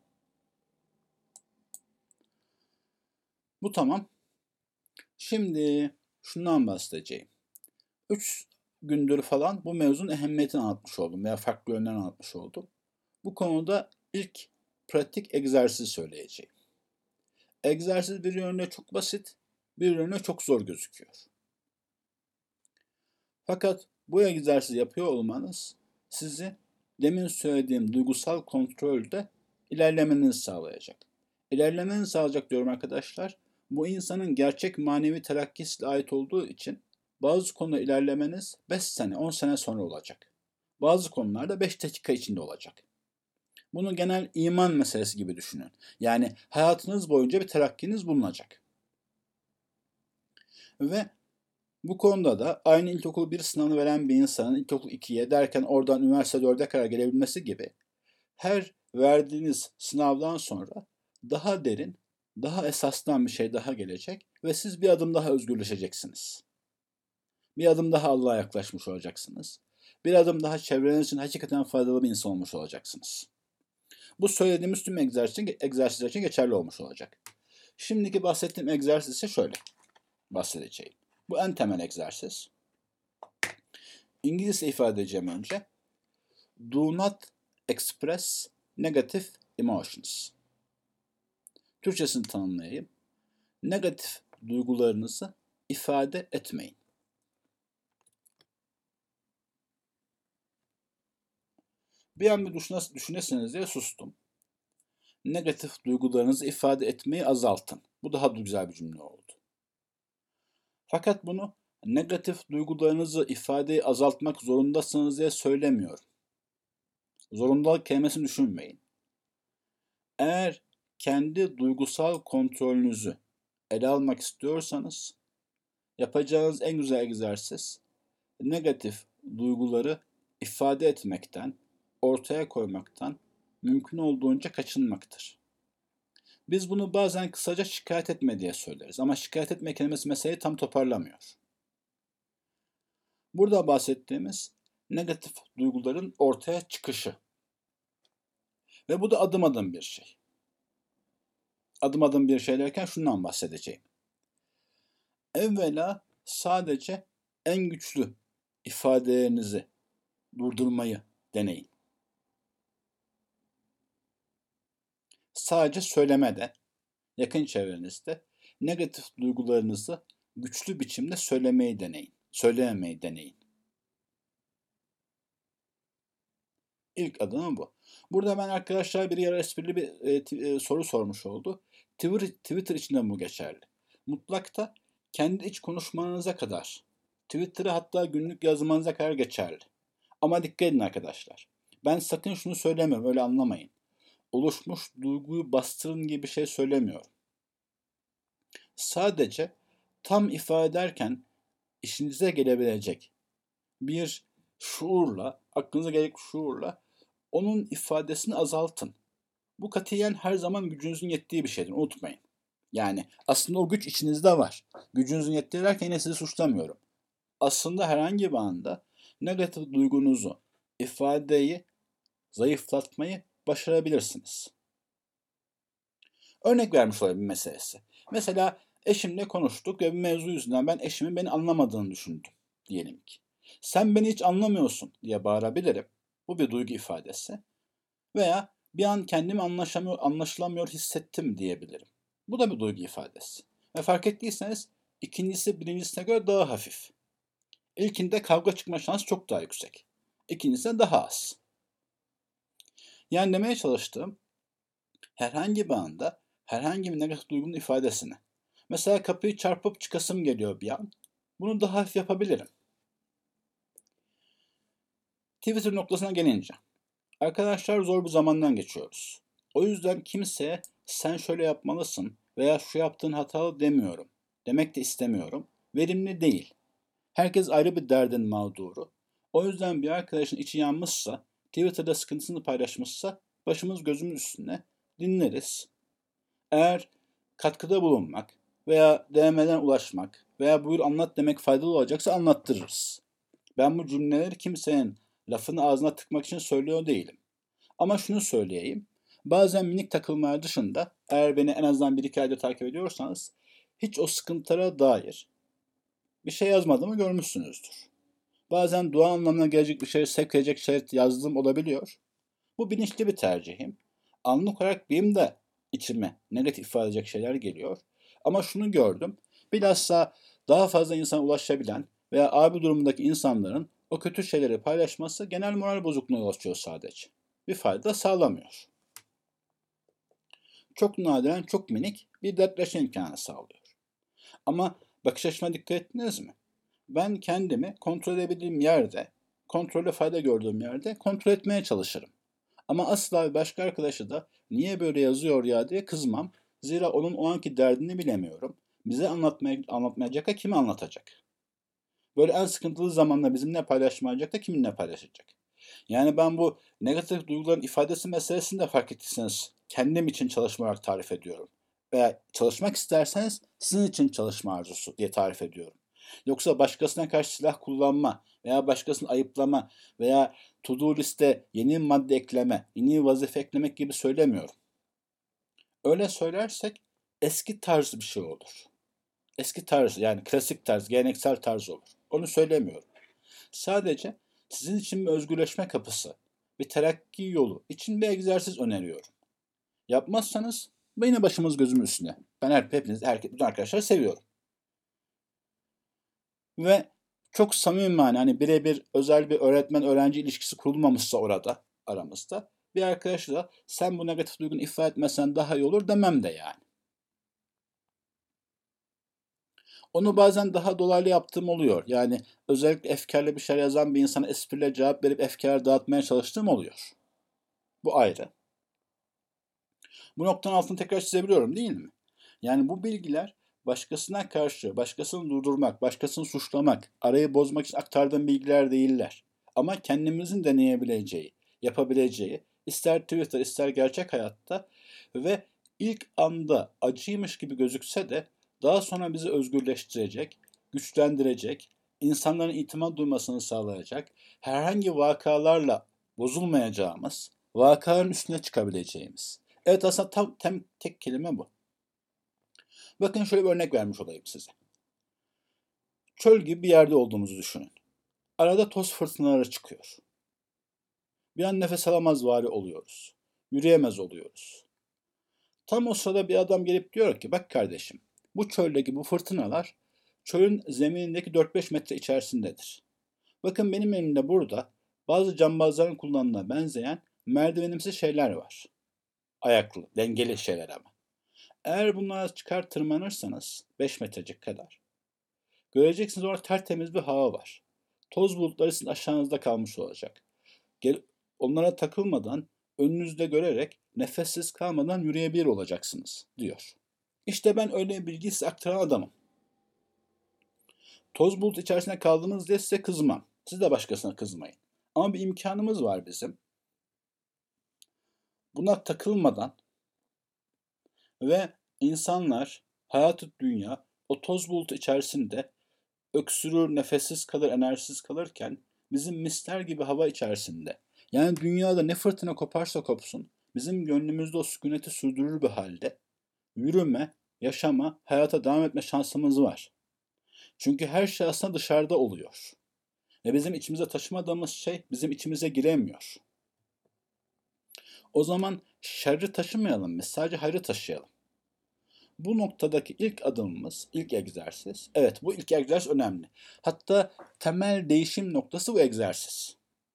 Bu tamam. Şimdi şundan bahsedeceğim. Üç gündür falan bu mevzunun ehemmiyetini anlatmış oldum veya farklı yönden anlatmış oldum. Bu konuda ilk pratik egzersiz söyleyeceğim. Egzersiz bir yönde çok basit, bir yönde çok zor gözüküyor. Fakat bu egzersizi yapıyor olmanız sizi demin söylediğim duygusal kontrolde ilerlemenizi sağlayacak. İlerlemenizi sağlayacak diyorum arkadaşlar. Bu insanın gerçek manevi terakkisine ait olduğu için bazı konuda ilerlemeniz beş sene, on sene sonra olacak. Bazı konularda beş dakika içinde olacak. Bunu genel iman meselesi gibi düşünün. Yani hayatınız boyunca bir terakkiniz bulunacak. Ve bu konuda da aynı ilkokul bir sınavını veren bir insanın ilkokul ikiye derken oradan üniversite dörde kadar gelebilmesi gibi her verdiğiniz sınavdan sonra daha derin, daha esasdan bir şey daha gelecek ve siz bir adım daha özgürleşeceksiniz. Bir adım daha Allah'a yaklaşmış olacaksınız. Bir adım daha çevreniz için hakikaten faydalı bir insan olmuş olacaksınız. Bu söylediğimiz tüm egzersizler için geçerli olmuş olacak. Şimdiki bahsettiğim egzersiz ise şöyle bahsedeceğim. Bu en temel egzersiz. İngilizce ifade edeceğim önce. Do not express negative emotions. Türkçesini tanımlayayım. Negatif duygularınızı ifade etmeyin. Bir an bir düşünesiniz diye sustum. Negatif duygularınızı ifade etmeyi azaltın. Bu daha güzel bir cümle oldu. Fakat bunu negatif duygularınızı ifadeyi azaltmak zorundasınız diye söylemiyorum. Zorundalık kelimesini düşünmeyin. Eğer kendi duygusal kontrolünüzü ele almak istiyorsanız yapacağınız en güzel egzersiz negatif duyguları ifade etmekten, ortaya koymaktan mümkün olduğunca kaçınmaktır. Biz bunu bazen kısaca şikayet etme diye söyleriz ama şikayet etme kelimesi meseleyi tam toparlamıyor. Burada bahsettiğimiz negatif duyguların ortaya çıkışı. Ve bu da adım adım bir şey. Adım adım bir şey derken şundan bahsedeceğim. Evvela sadece en güçlü ifadelerinizi durdurmayı deneyin. Sadece söylemede, yakın çevrenizde negatif duygularınızı güçlü biçimde söylemeyi deneyin. Söylememeyi deneyin. İlk adımı bu. Burada ben arkadaşlar bir yarı esprili bir e, t- e, soru sormuş oldu. Twitter, Twitter için de bu geçerli. Mutlakta kendi iç konuşmanıza kadar Twitter'ı hatta günlük yazmanıza kadar geçerli. Ama dikkat edin arkadaşlar. Ben sakın şunu söylemiyorum, öyle anlamayın. Oluşmuş duyguyu bastırın gibi bir şey söylemiyorum. Sadece tam ifade ederken işinize gelebilecek bir şuurla, aklınıza gelecek şuurla onun ifadesini azaltın. Bu katiyen her zaman gücünüzün yettiği bir şeydir, unutmayın. Yani aslında o güç içinizde var. Gücünüzün yettiği derken yine sizi suçlamıyorum. Aslında herhangi bir anda negatif duygunuzu, ifadeyi zayıflatmayı başarabilirsiniz. Örnek vermiş olayım bir meselesi. Mesela eşimle konuştuk ve bir mevzu yüzünden ben eşimin beni anlamadığını düşündüm diyelim ki. Sen beni hiç anlamıyorsun diye bağırabilirim. Bu bir duygu ifadesi. Veya bir an kendimi anlaşamıyor, anlaşılamıyor hissettim diyebilirim. Bu da bir duygu ifadesi. Ve fark ettiyseniz ikincisi birincisine göre daha hafif. İlkinde kavga çıkma şansı çok daha yüksek. İkincisinde daha az. Yani demeye çalıştığım herhangi bir anda herhangi bir negatif duygunun ifadesini. Mesela kapıyı çarpıp çıkasım geliyor bir an. Bunu daha hafif yapabilirim. Twitter noktasına gelince. Arkadaşlar zor bir zamandan geçiyoruz. O yüzden kimseye sen şöyle yapmalısın veya şu yaptığın hatalı demiyorum. Demek de istemiyorum. Verimli değil. Herkes ayrı bir derdin mağduru. O yüzden bir arkadaşın içi yanmışsa, Twitter'da sıkıntısını paylaşmışsa başımız gözümüz üstüne dinleriz. Eğer katkıda bulunmak veya D M'den ulaşmak veya buyur anlat demek faydalı olacaksa anlattırırız. Ben bu cümleleri kimsenin lafını ağzına tıkmak için söylüyor değilim. Ama şunu söyleyeyim. Bazen minik takılmalar dışında eğer beni en azından bir iki ayda takip ediyorsanız hiç o sıkıntılara dair bir şey yazmadığımı görmüşsünüzdür. Bazen dua anlamına gelecek bir şey, sevk edecek şey yazdığım olabiliyor. Bu bilinçli bir tercihim. Anlık olarak benim de içime negatif ifade edecek şeyler geliyor. Ama şunu gördüm. Bilhassa daha fazla insana ulaşabilen veya abi durumundaki insanların o kötü şeyleri paylaşması genel moral bozukluğuna yol açıyor sadece. Bir fayda sağlamıyor. Çok nadiren çok minik bir dertleşme imkanı sağlıyor. Ama bakış açıma dikkat ettiniz mi? Ben kendimi kontrol edebildiğim yerde, kontrole fayda gördüğüm yerde kontrol etmeye çalışırım. Ama asla bir başka arkadaşı da niye böyle yazıyor ya diye kızmam. Zira onun o anki derdini bilemiyorum. Bize anlatmaya, anlatmayacak da kimi anlatacak? Böyle en sıkıntılı zamanda bizimle paylaşmayacak da kiminle paylaşacak? Yani ben bu negatif duyguların ifadesi meselesini de fark ettiyseniz kendim için çalışma olarak tarif ediyorum. Veya çalışmak isterseniz sizin için çalışma arzusu diye tarif ediyorum. Yoksa başkasına karşı silah kullanma veya başkasını ayıplama veya to-do liste yeni madde ekleme, yeni vazife eklemek gibi söylemiyorum. Öyle söylersek eski tarz bir şey olur. Eski tarz yani klasik tarz, geleneksel tarz olur. Onu söylemiyorum. Sadece sizin için bir özgürleşme kapısı, bir terakki yolu için bir egzersiz öneriyorum. Yapmazsanız yine başımız gözümüz üstüne. Ben her, hepiniz, erkek, bütün arkadaşları seviyorum. Ve çok samimi mani, hani birebir özel bir öğretmen-öğrenci ilişkisi kurulmamışsa orada aramızda bir arkadaşla sen bu negatif duygunu ifade etmesen daha iyi olur demem de yani. Onu bazen daha dolaylı yaptığım oluyor. Yani özellikle efkarlı bir şeyler yazan bir insana espriyle cevap verip efkarı dağıtmaya çalıştığım oluyor. Bu ayrı. Bu noktanın altını tekrar çizebiliyorum değil mi? Yani bu bilgiler başkasına karşı, başkasını durdurmak, başkasını suçlamak, arayı bozmak için aktardığım bilgiler değiller. Ama kendimizin deneyebileceği, yapabileceği, ister Twitter ister gerçek hayatta ve ilk anda acıymış gibi gözükse de daha sonra bizi özgürleştirecek, güçlendirecek, insanların itimat duymasını sağlayacak, herhangi vakalarla bozulmayacağımız, vakaların üstüne çıkabileceğimiz. Evet, aslında tam, tam tek kelime bu. Bakın şöyle bir örnek vermiş olayım size. Çöl gibi bir yerde olduğumuzu düşünün. Arada toz fırtınaları çıkıyor. Bir an nefes alamaz vari oluyoruz. Yürüyemez oluyoruz. Tam o sırada bir adam gelip diyor ki bak kardeşim bu çöldeki bu fırtınalar çölün zeminindeki dört beş metre içerisindedir. Bakın benim elimde burada bazı cambazların kullanımına benzeyen merdivenimsi şeyler var. Ayaklı, dengeli şeyler ama. Eğer bunlara çıkar tırmanırsanız beş metrecik kadar Göreceksiniz orada tertemiz bir hava var. Toz bulutları sizin aşağınızda kalmış olacak. Gel, onlara takılmadan, önünüzde görerek, nefessiz kalmadan yürüyebilir olacaksınız, diyor. İşte ben öyle bir bilgi size aktaran adamım. Toz bulut içerisinde kaldınız diye size kızmam. Siz de başkasına kızmayın. Ama bir imkanımız var bizim. Buna takılmadan ve insanlar, hayatı dünya o toz bulutu içerisinde öksürür, nefessiz kalır, enerjisiz kalırken bizim misler gibi hava içerisinde, yani dünyada ne fırtına koparsa kopsun, bizim gönlümüzde o sükuneti sürdürür bir halde yürüme, yaşama, hayata devam etme şansımız var. Çünkü her şey aslında dışarıda oluyor. Ve bizim içimize taşımadığımız şey bizim içimize giremiyor. O zaman şerri taşımayalım biz, sadece hayrı taşıyalım. Bu noktadaki ilk adımımız, ilk egzersiz, evet bu ilk egzersiz önemli. Hatta temel değişim noktası bu egzersiz.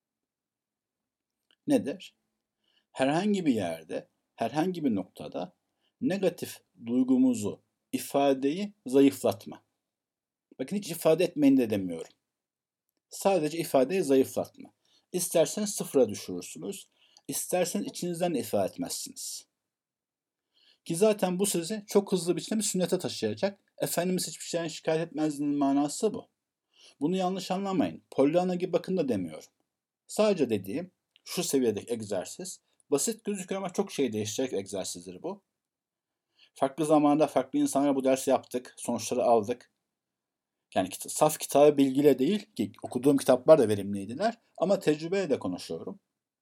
Nedir? Herhangi bir yerde, herhangi bir noktada negatif duygumuzu, ifadeyi zayıflatma. Bakın hiç ifade etmeyin de demiyorum. Sadece ifadeyi zayıflatma. İsterseniz sıfıra düşürürsünüz, isterseniz içinizden ifade etmezsiniz. Ki zaten bu sizi çok hızlı biçimde bir sünnete taşıyacak. Efendimiz hiçbir şeyden şikayet etmezdiğinin manası bu. Bunu yanlış anlamayın. Pollyanna gibi bakın da demiyorum. Sadece dediğim şu seviyedeki egzersiz, basit gözüküyor ama çok şey değiştirecek egzersizdir bu. Farklı zamanda farklı insanlara bu dersi yaptık, sonuçları aldık. Yani kita- saf kitabı bilgiyle değil ki okuduğum kitaplar da verimliydiler ama tecrübeyle de konuşuyorum.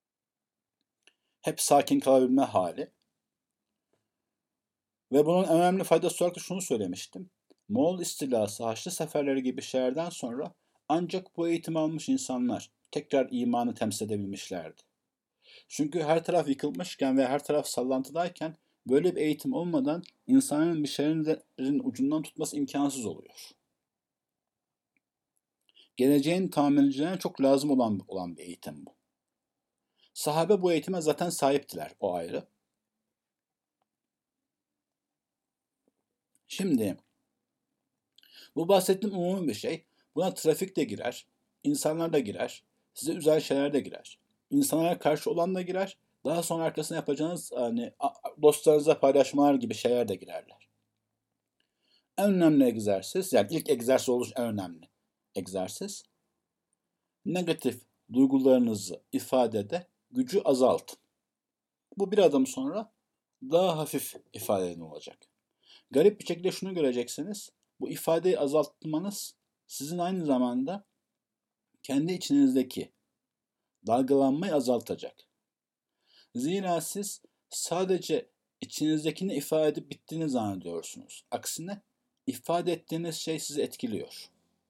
Hep sakin kalabilme hali. Ve bunun önemli faydası olarak da şunu söylemiştim. Moğol istilası, Haçlı seferleri gibi şeylerden sonra ancak bu eğitim almış insanlar tekrar imanı temsil edebilmişlerdi. Çünkü her taraf yıkılmışken ve her taraf sallantıdayken böyle bir eğitim olmadan insanın bir şeylerin ucundan tutması imkansız oluyor. Geleceğin tamircilerine çok lazım olan, olan bir eğitim bu. Sahabe bu eğitime zaten sahiptiler, o ayrı. Şimdi bu bahsettiğim umumi bir şey. Buna trafik de girer, insanlar da girer, size özel şeyler de girer. İnsanlara karşı olan da girer, daha sonra arkasına yapacağınız hani dostlarınıza paylaşmalar gibi şeyler de girerler. En önemli egzersiz, yani ilk egzersiz oluş en önemli egzersiz. Negatif duygularınızı ifadede gücü azaltın. Bu bir adım sonra daha hafif ifadeden olacak. Garip bir şekilde şunu göreceksiniz. Bu ifadeyi azaltmanız sizin aynı zamanda kendi içinizdeki dalgalanmayı azaltacak. Zira siz sadece içinizdekini ifade edip bittiğini zannediyorsunuz. Aksine ifade ettiğiniz şey sizi etkiliyor.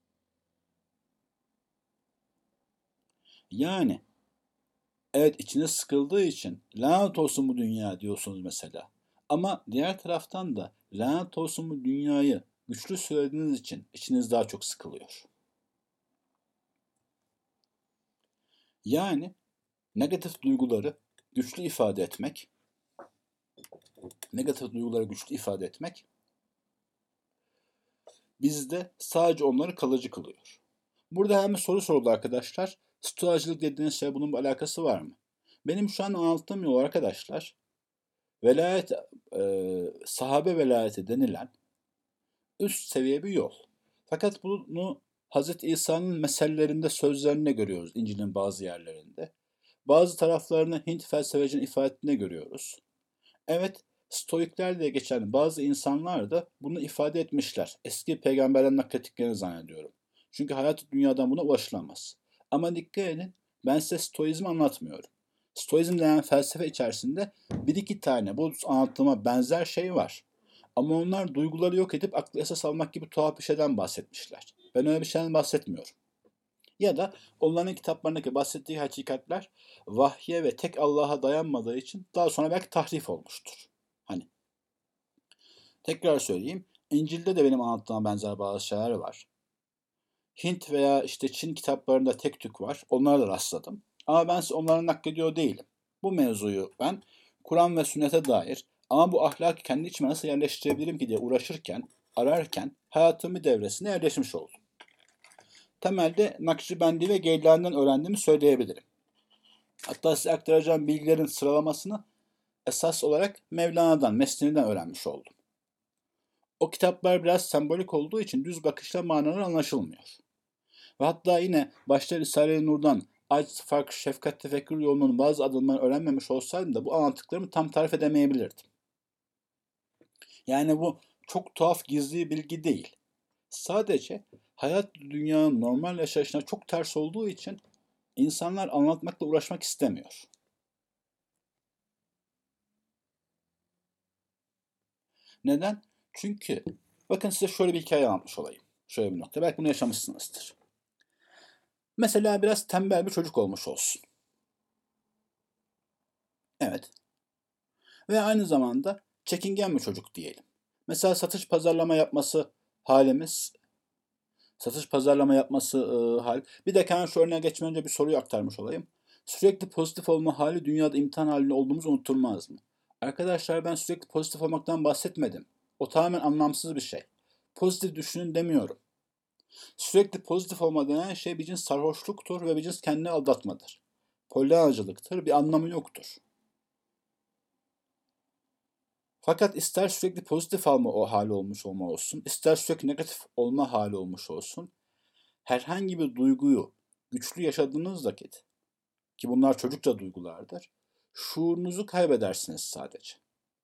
Yani evet içiniz sıkıldığı için lanet olsun bu dünya diyorsunuz mesela. Ama diğer taraftan da lanet olsun bu dünyayı güçlü söylediğiniz için içiniz daha çok sıkılıyor. Yani negatif duyguları güçlü ifade etmek, negatif duyguları güçlü ifade etmek bizde sadece onları kalıcı kılıyor. Burada hemen soru soruldu arkadaşlar. Stoacılık dediğiniz şey bunun bir alakası var mı? Benim şu an anlattığım yol arkadaşlar, velayet, e, sahabe velayeti denilen üst seviye bir yol. Fakat bunu Hazreti İsa'nın mesellerinde, sözlerinde görüyoruz İncil'in bazı yerlerinde. Bazı taraflarını Hint felsefecinin ifadesinde görüyoruz. Evet, Stoikler diye geçen bazı insanlar da bunu ifade etmişler. Eski peygamberlerin naklettiklerini zannediyorum. Çünkü hayat dünyadan buna ulaşılamaz. Ama dikkat edin, ben size Stoizmi anlatmıyorum. Stoizm denen felsefe içerisinde bir iki tane bu anlattığıma benzer şey var. Ama onlar duyguları yok edip aklı esas almak gibi tuhaf bir şeyden bahsetmişler. Ben öyle bir şeyden bahsetmiyorum. Ya da onların kitaplarındaki bahsettiği hakikatler vahye ve tek Allah'a dayanmadığı için daha sonra belki tahrif olmuştur. Hani tekrar söyleyeyim, İncil'de de benim anlattığıma benzer bazı şeyler var. Hint veya işte Çin kitaplarında tek tük var. Onlara da rastladım. Ama ben size onları naklediyor değilim. Bu mevzuyu ben Kur'an ve sünnete dair ama bu ahlakı kendi içime nasıl yerleştirebilirim ki diye uğraşırken ararken hayatımın bir devresine yerleşmiş oldum. Temelde Nakşibendi ve Geylani'den öğrendiğimi söyleyebilirim. Hatta size aktaracağım bilgilerin sıralamasını esas olarak Mevlana'dan, Mesnevi'den öğrenmiş oldum. O kitaplar biraz sembolik olduğu için düz bakışla manaları anlaşılmıyor. Ve hatta yine başta Risale-i Nur'dan Aciz Fark, Şefkat, Tefekkür yolunun bazı adımlarını öğrenmemiş olsaydım da bu anlattıklarımı tam tarif edemeyebilirdim. Yani bu çok tuhaf gizli bilgi değil. Sadece hayat dünyanın normal yaşayışına çok ters olduğu için insanlar anlatmakla uğraşmak istemiyor. Neden? Çünkü bakın size şöyle bir hikaye anlatmış olayım. Şöyle bir nokta. Belki bunu yaşamışsınızdır. Mesela biraz tembel bir çocuk olmuş olsun. Evet. Ve aynı zamanda çekingen bir çocuk diyelim. Mesela satış pazarlama yapması halimiz, satış pazarlama yapması e, hal. Bir dakika hemen şu örneğe geçmeden önce bir soruyu aktarmış olayım. Sürekli pozitif olma hali dünyada imtihan halinde olduğumuz unutulmaz mı? Arkadaşlar ben sürekli pozitif olmaktan bahsetmedim. O tamamen anlamsız bir şey. Pozitif düşünün demiyorum. Sürekli pozitif olma denen şey bir cins sarhoşluktur ve bir cins kendini aldatmadır. Polyanacılıktır, bir anlamı yoktur. Fakat ister sürekli pozitif alma o hali olmuş olma olsun, ister sürekli negatif olma hali olmuş olsun, herhangi bir duyguyu güçlü yaşadığınız vakit, ki bunlar çocukça duygulardır, şuurunuzu kaybedersiniz sadece.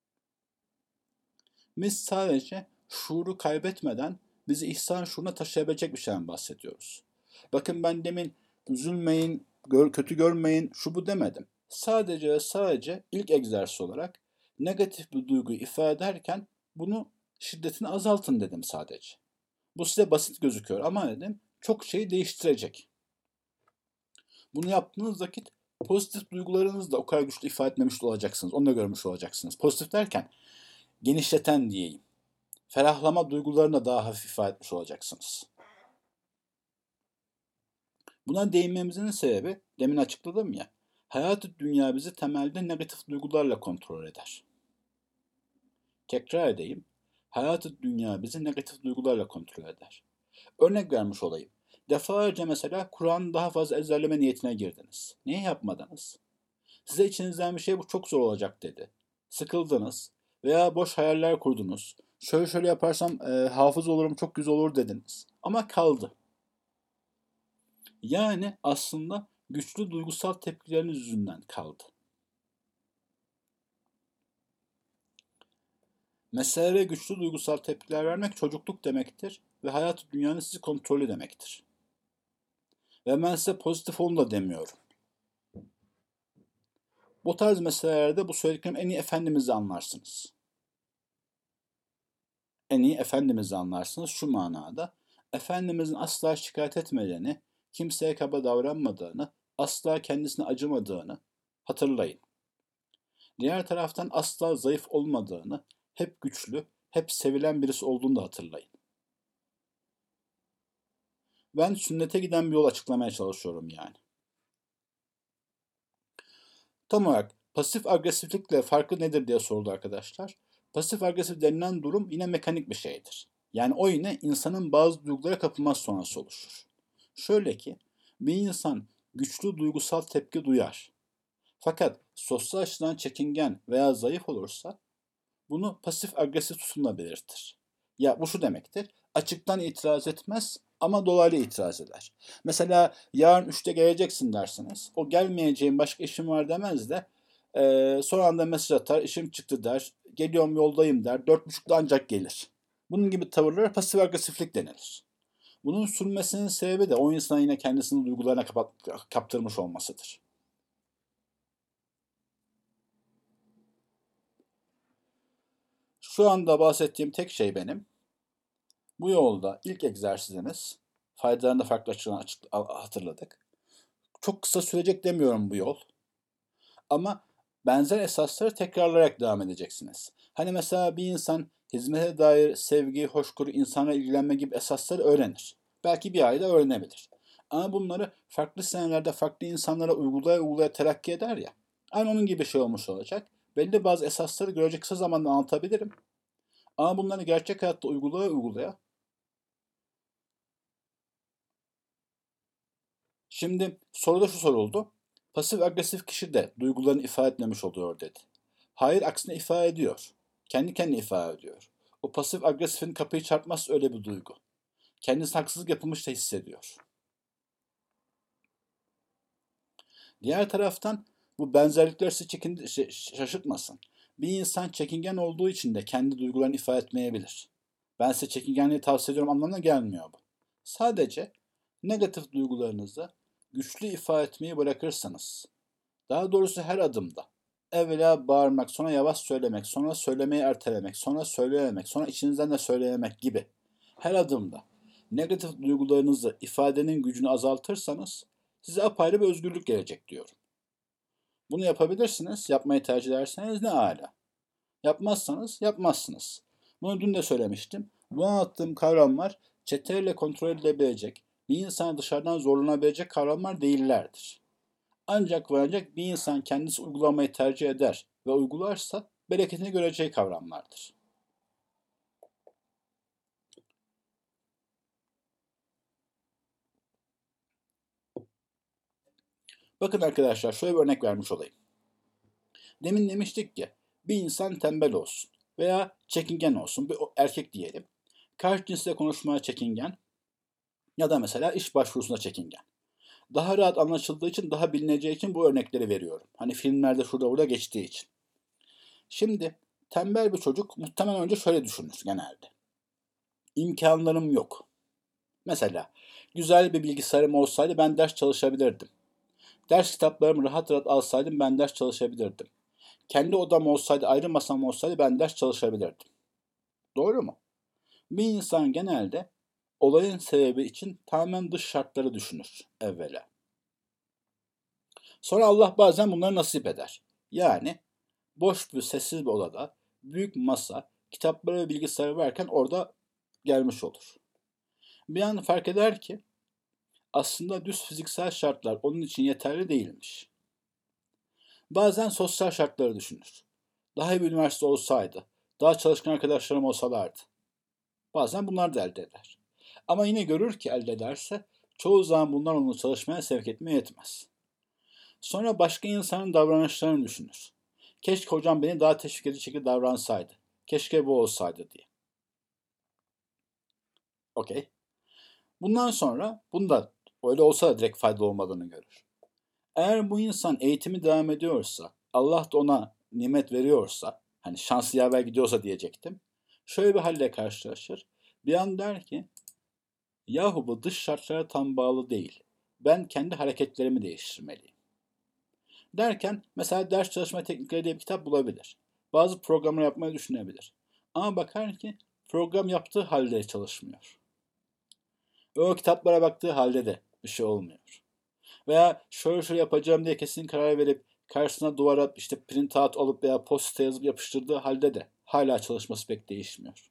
Biz sadece şuuru kaybetmeden bizi ihsan şuuruna taşıyabilecek bir şeyden bahsediyoruz. Bakın ben demin üzülmeyin, gör, kötü görmeyin, şu bu demedim. Sadece ve sadece ilk egzersiz olarak negatif bir duyguyu ifade ederken bunu şiddetini azaltın dedim sadece. Bu size basit gözüküyor ama dedim çok şeyi değiştirecek. Bunu yaptığınız vakit pozitif duygularınızı da o kadar güçlü ifade etmemiş olacaksınız. Onu da görmüş olacaksınız. Pozitif derken genişleten diyeyim. Ferahlama duygularını da daha hafif ifade etmiş olacaksınız. Buna değinmemizin sebebi demin açıkladım ya. Hayat-ı dünya bizi temelde negatif duygularla kontrol eder. Tekrar edeyim. Hayat-ı dünya bizi negatif duygularla kontrol eder. Örnek vermiş olayım. Defalarca mesela Kur'an'ı daha fazla ezberleme niyetine girdiniz. Niye yapmadınız? Size içinizden bir şey bu çok zor olacak dedi. Sıkıldınız veya boş hayaller kurdunuz. Şöyle şöyle yaparsam e, hafız olurum çok güzel olur dediniz. Ama kaldı. Yani aslında güçlü duygusal tepkileriniz yüzünden kaldı. Meselelere güçlü duygusal tepkiler vermek çocukluk demektir ve hayat dünyanın sizi kontrolü demektir. Ve ben size pozitif olun da demiyorum. Bu tarz meselelerde bu söylediklerim en iyi Efendimiz'i anlarsınız. En iyi Efendimiz'i anlarsınız şu manada. Efendimizin asla şikayet etmediğini, kimseye kaba davranmadığını, asla kendisine acımadığını hatırlayın. Diğer taraftan asla zayıf olmadığını, hep güçlü, hep sevilen birisi olduğunu da hatırlayın. Ben sünnete giden bir yol açıklamaya çalışıyorum yani. Tam olarak pasif agresiflikle farkı nedir diye sordu arkadaşlar. Pasif agresif denilen durum yine mekanik bir şeydir. Yani o yine insanın bazı duygulara kapılması sonrası oluşur. Şöyle ki bir insan güçlü duygusal tepki duyar. Fakat sosyal açıdan çekingen veya zayıf olursa bunu pasif agresif tutumla belirtir. Ya bu şu demektir. Açıktan itiraz etmez ama dolaylı itiraz eder. Mesela yarın üçte geleceksin dersiniz. O gelmeyeceğim başka işim var demez de e, son anda mesaj atar, işim çıktı der, geliyorum yoldayım der, dört buçukta ancak gelir. Bunun gibi tavırlara pasif agresiflik denilir. Bunun sürmesinin sebebi de o insan yine kendisini duygularına kapat, kaptırmış olmasıdır. Şu anda bahsettiğim tek şey benim. Bu yolda ilk egzersizimiz, faydalarını da farklı açıdan hatırladık. Çok kısa sürecek demiyorum bu yol. Ama benzer esasları tekrarlayarak devam edeceksiniz. Hani mesela bir insan hizmete dair sevgi, hoşgörü, insana ilgilenme gibi esasları öğrenir. Belki bir ayda öğrenebilir. Ama bunları farklı senelerde farklı insanlara uygulaya uygulaya terakki eder ya. Aynı onun gibi bir şey olmuş olacak. Belli bazı esasları görecek kısa zamanda anlatabilirim. Ama bunları gerçek hayatta uygulaya uygulaya. Şimdi soruda şu soruldu. Pasif agresif kişi de duygularını ifade etmemiş oluyor dedi. Hayır, aksine ifade ediyor. Kendi kendine ifade ediyor. O pasif agresifin kapıyı çarpması öyle bir duygu. Kendisi haksızlık yapılmış da hissediyor. Diğer taraftan bu benzerlikler sizi çekin, şaşırtmasın. Bir insan çekingen olduğu için de kendi duygularını ifade etmeyebilir. Ben size çekingenliği tavsiye ediyorum anlamına gelmiyor bu. Sadece negatif duygularınızı güçlü ifade etmeyi bırakırsanız, daha doğrusu her adımda, evvela bağırmak, sonra yavaş söylemek, sonra söylemeyi ertelemek, sonra söyleyememek, sonra içinizden de söyleyemek gibi her adımda negatif duygularınızı ifadenin gücünü azaltırsanız size apayrı bir özgürlük gelecek diyorum. Bunu yapabilirsiniz, yapmayı tercih ederseniz ne âlâ. Yapmazsanız yapmazsınız. Bunu dün de söylemiştim. Bu anlattığım kavramlar çeteyle kontrol edilebilecek, bir insana dışarıdan zorlanabilecek kavramlar değillerdir. Ancak ve ancak bir insan kendisi uygulamayı tercih eder ve uygularsa bereketini göreceği kavramlardır. Bakın arkadaşlar, şöyle bir örnek vermiş olayım. Demin demiştik ki bir insan tembel olsun veya çekingen olsun, bir erkek diyelim. Karşı cinsle konuşmaya çekingen ya da mesela iş başvurusuna çekingen. Daha rahat anlaşıldığı için, daha bilineceği için bu örnekleri veriyorum. Hani filmlerde şurada burada geçtiği için. Şimdi tembel bir çocuk muhtemelen önce şöyle düşünür genelde. İmkanlarım yok. Mesela güzel bir bilgisayarım olsaydı ben ders çalışabilirdim. Ders kitaplarımı rahat rahat alsaydım ben ders çalışabilirdim. Kendi odam olsaydı, ayrı masam olsaydı ben ders çalışabilirdim. Doğru mu? Bir insan genelde olayın sebebi için tamamen dış şartları düşünür evvela. Sonra Allah bazen bunları nasip eder. Yani boş bir sessiz bir odada büyük masa, kitapları ve bilgisayarı varken orada gelmiş olur. Bir an fark eder ki aslında düz fiziksel şartlar onun için yeterli değilmiş. Bazen sosyal şartları düşünür. Daha iyi bir üniversite olsaydı, daha çalışkan arkadaşlarım olsalardı. Bazen bunlar da elde eder. Ama yine görür ki elde ederse çoğu zaman bunlar onu çalışmaya sevk etmeye yetmez. Sonra başka insanın davranışlarını düşünür. Keşke hocam beni daha teşvik edici şekilde davransaydı. Keşke bu olsaydı diye. Okey. Bundan sonra bunda öyle olsa da direkt fayda olmadığını görür. Eğer bu insan eğitimi devam ediyorsa, Allah da ona nimet veriyorsa, hani şanslı yaver gidiyorsa diyecektim. Şöyle bir halle karşılaşır. Bir an der ki, yahu bu dış şartlara tam bağlı değil. Ben kendi hareketlerimi değiştirmeliyim. Derken mesela ders çalışma teknikleri diye bir kitap bulabilir. Bazı programlar yapmayı düşünebilir. Ama bakar ki program yaptığı halde çalışmıyor. Ve o kitaplara baktığı halde de bir şey olmuyor. Veya şöyle şöyle yapacağım diye kesin karar verip karşısına duvara işte print out alıp veya post yazıp yapıştırdığı halde de hala çalışması pek değişmiyor.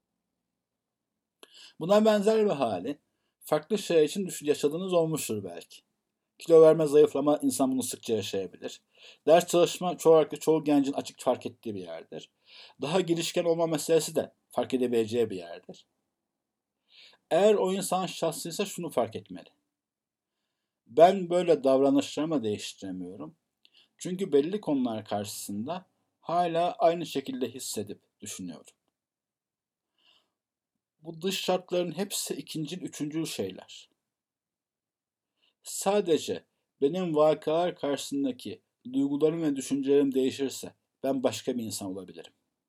Buna benzer bir hali farklı şeyler için yaşadığınız olmuştur belki. Kilo verme, zayıflama insan bunu sıkça yaşayabilir. Ders çalışma çoğu, çoğu gencin açık fark ettiği bir yerdir. Daha girişken olma meselesi de fark edebileceği bir yerdir. Eğer o insan şahsıysa şunu fark etmeli. Ben böyle davranışlarımı değiştiremiyorum. Çünkü belli konular karşısında hala aynı şekilde hissedip düşünüyorum. Bu dış şartların hepsi ikincil, üçüncül şeyler. Sadece benim vakalar karşısındaki duygularım ve düşüncelerim değişirse ben başka bir insan olabilirim.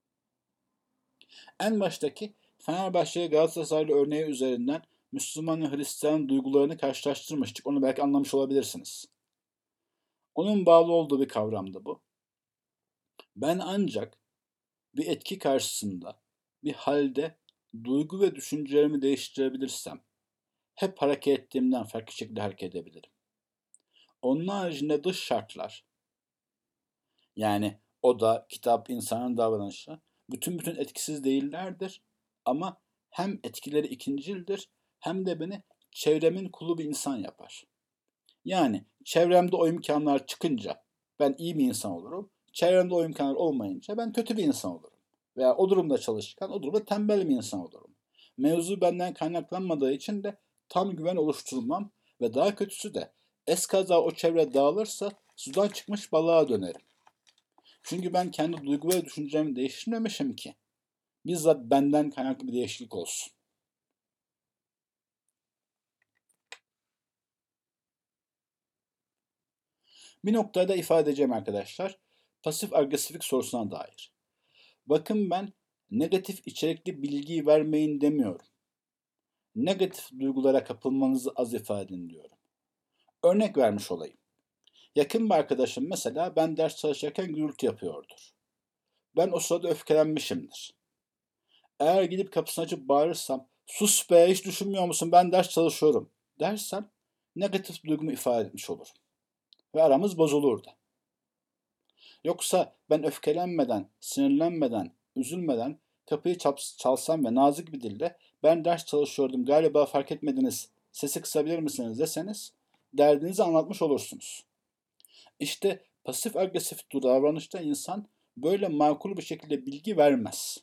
En baştaki Fenerbahçe Galatasaraylı örneği üzerinden Müslüman ve Hristiyan duygularını karşılaştırmıştık. Onu belki anlamış olabilirsiniz. Onun bağlı olduğu bir kavramdı bu. Ben ancak bir etki karşısında, bir halde duygu ve düşüncelerimi değiştirebilirsem, hep hareket ettiğimden farklı şekilde hareket edebilirim. Onun haricinde dış şartlar, yani oda, kitap, insanın davranışı, bütün bütün etkisiz değillerdir. Ama hem etkileri ikincildir, hem de beni çevremin kulu bir insan yapar. Yani çevremde o imkanlar çıkınca ben iyi bir insan olurum. Çevremde o imkanlar olmayınca ben kötü bir insan olurum. Veya o durumda çalışkan, o durumda tembel bir insan olurum. Mevzu benden kaynaklanmadığı için de tam güven oluşturmam ve daha kötüsü de eskaza o çevre dağılırsa sudan çıkmış balığa dönerim. Çünkü ben kendi duygu ve düşüncelerimi değiştirmemişim ki. Bizzat benden kaynaklı bir değişiklik olsun. Bir noktaya da ifade edeceğim arkadaşlar. Pasif agresiflik sorusuna dair. Bakın ben negatif içerikli bilgiyi vermeyin demiyorum. Negatif duygulara kapılmanızı az ifade edin diyorum. Örnek vermiş olayım. Yakın bir arkadaşım mesela ben ders çalışırken gürültü yapıyordur. Ben o sırada öfkelenmişimdir. Eğer gidip kapısını açıp bağırırsam, sus be hiç düşünmüyor musun ben ders çalışıyorum dersem negatif duygumu ifade etmiş olurum. Ve aramız bozulurdu. Yoksa ben öfkelenmeden, sinirlenmeden, üzülmeden kapıyı çalsam ve nazik bir dille ben ders çalışıyordum galiba fark etmediniz sesi kısabilir misiniz deseniz derdinizi anlatmış olursunuz. İşte pasif agresif davranışta insan böyle makul bir şekilde bilgi vermez.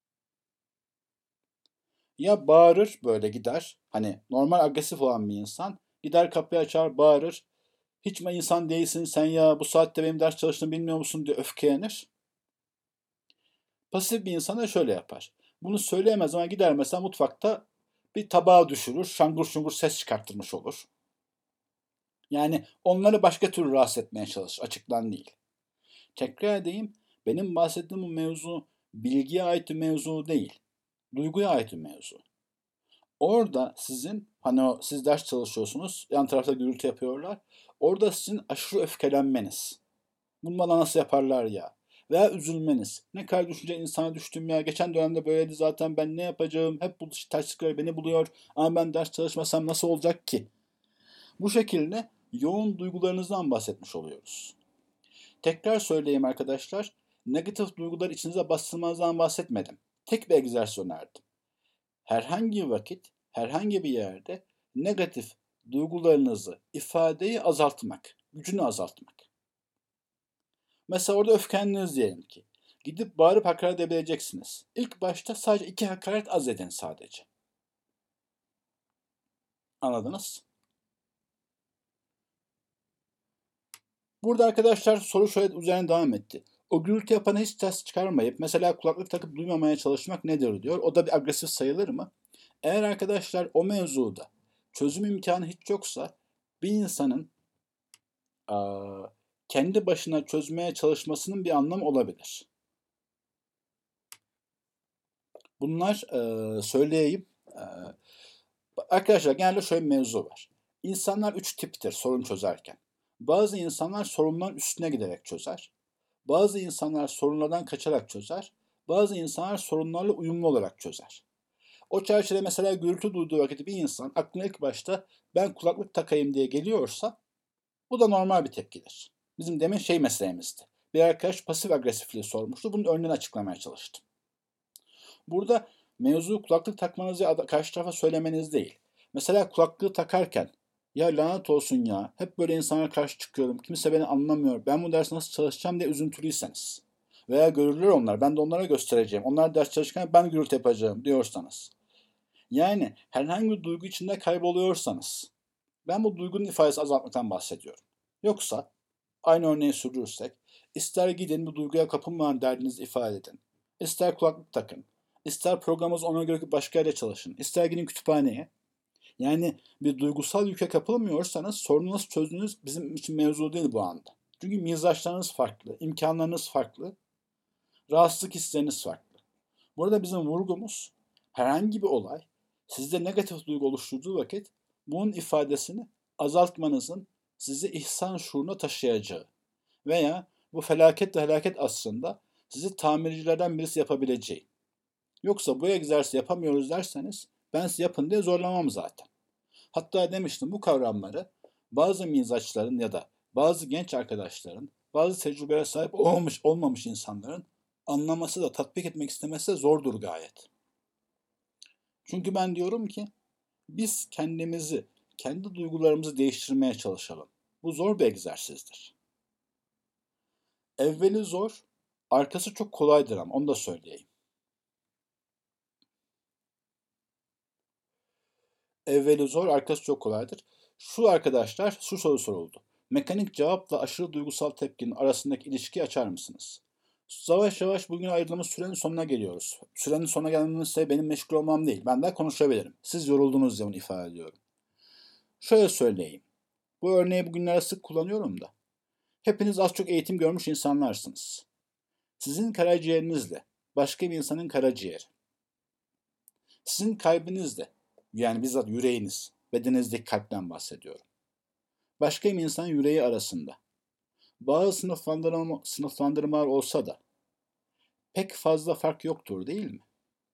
Ya bağırır böyle gider. Hani normal agresif olan bir insan gider kapıyı açar bağırır. Hiç mi insan değilsin sen ya bu saatte benim ders çalıştığımı bilmiyor musun diye öfkelenir. Pasif bir insan da şöyle yapar. Bunu söyleyemez ama gider mesela mutfakta bir tabağı düşürür. Şangur şungur ses çıkarttırmış olur. Yani onları başka türlü rahatsız etmeye çalışır. Açıktan değil. Tekrar edeyim. Benim bahsettiğim bu mevzu bilgiye ait bir mevzu değil. Duyguya ait bir mevzu. Orada sizin hani o, siz ders çalışıyorsunuz. Yan tarafta gürültü yapıyorlar. Orada sizin aşırı öfkelenmeniz. Bunu bana nasıl yaparlar ya? Veya üzülmeniz. Ne kadar düşünce insana düştüm ya. Geçen dönemde böyleydi zaten ben ne yapacağım? Hep bu terslikler beni buluyor. Ama ben ders çalışmasam nasıl olacak ki? Bu şekilde yoğun duygularınızdan bahsetmiş oluyoruz. Tekrar söyleyeyim arkadaşlar. Negatif duygular içinize bastırmanızdan bahsetmedim. Tek bir egzersiz önerdim. Herhangi bir vakit, herhangi bir yerde negatif duygularınızı, ifadeyi azaltmak, gücünü azaltmak. Mesela orada öfkendiniz diyelim ki. Gidip bağırıp hakaret edebileceksiniz. İlk başta sadece iki hakaret az edin sadece. Anladınız? Burada arkadaşlar soru şöyle üzerine devam etti. O gürültü yapana hiç ses çıkarmayıp mesela kulaklık takıp duymamaya çalışmak nedir diyor. O da bir agresif sayılır mı? Eğer arkadaşlar o mevzuda çözüm imkanı hiç yoksa bir insanın aa, kendi başına çözmeye çalışmasının bir anlamı olabilir. Bunlar e, söyleyeyim. E, arkadaşlar genelde şöyle bir mevzu var. İnsanlar üç tiptir sorun çözerken. Bazı insanlar sorunların üstüne giderek çözer. Bazı insanlar sorunlardan kaçarak çözer. Bazı insanlar sorunlarla uyumlu olarak çözer. O çerçevede mesela gürültü duyduğu vakit bir insan aklına ilk başta ben kulaklık takayım diye geliyorsa bu da normal bir tepkidir. Bizim demin şey meselemizdi. Bir arkadaş pasif agresifliği sormuştu. Bunun örneğini açıklamaya çalıştım. Burada mevzu kulaklık takmanızı karşı tarafa söylemeniz değil. Mesela kulaklığı takarken ya lanet olsun ya hep böyle insanlara karşı çıkıyorum. Kimse beni anlamıyor. Ben bu dersi nasıl çalışacağım diye üzüntülüyseniz. Veya görürler onlar. Ben de onlara göstereceğim. Onlar ders çalışırken ben gürültü yapacağım diyorsanız. Yani herhangi bir duygu içinde kayboluyorsanız. Ben bu duygunun ifadesi azaltmaktan bahsediyorum. Yoksa aynı örneği sürdürürsek ister gidin bu duyguya kapılmayan derdinizi ifade edin. İster kulaklık takın. İster programınızı ona göre başka yerde çalışın. İster gidin kütüphaneye. Yani bir duygusal yüke kapılmıyorsanız sorunu nasıl çözdüğünüz bizim için mevzu değil bu anda. Çünkü mizaçlarınız farklı, imkanlarınız farklı, rahatsızlık hisleriniz farklı. Burada bizim vurgumuz herhangi bir olay sizde negatif duygu oluşturduğu vakit bunun ifadesini azaltmanızın sizi ihsan şuuruna taşıyacağı veya bu felaket ve helaket asrında sizi tamircilerden birisi yapabileceği. Yoksa bu egzersizi yapamıyoruz derseniz ben size yapın diye zorlamam zaten. Hatta demiştim bu kavramları bazı mizaçların ya da bazı genç arkadaşların, bazı tecrübeye sahip olmamış olmamış insanların anlaması da tatbik etmek istemesi de zordur gayet. Çünkü ben diyorum ki biz kendimizi, kendi duygularımızı değiştirmeye çalışalım. Bu zor bir egzersizdir. Evveli zor, arkası çok kolaydır ama onu da söyleyeyim. evveli zor, arkası çok kolaydır. Şu arkadaşlar şu soru soruldu. Mekanik cevapla aşırı duygusal tepkinin arasındaki ilişkiyi açar mısınız? Yavaş yavaş bugün ayırdığımız sürenin sonuna geliyoruz. Sürenin sonuna gelmemizse benim meşgul olmam değil. Ben daha konuşabilirim. Siz yoruldunuz diye bunu ifade ediyorum. Şöyle söyleyeyim. Bu örneği bugünlerde sık kullanıyorum da. Hepiniz az çok eğitim görmüş insanlarsınız. Sizin karaciğerinizle başka bir insanın karaciğeri. Sizin kalbinizle, yani bizzat yüreğiniz, bedeninizdeki kalpten bahsediyorum. Başka bir insanın yüreği arasında. Bazı sınıflandırma, sınıflandırmalar olsa da pek fazla fark yoktur değil mi?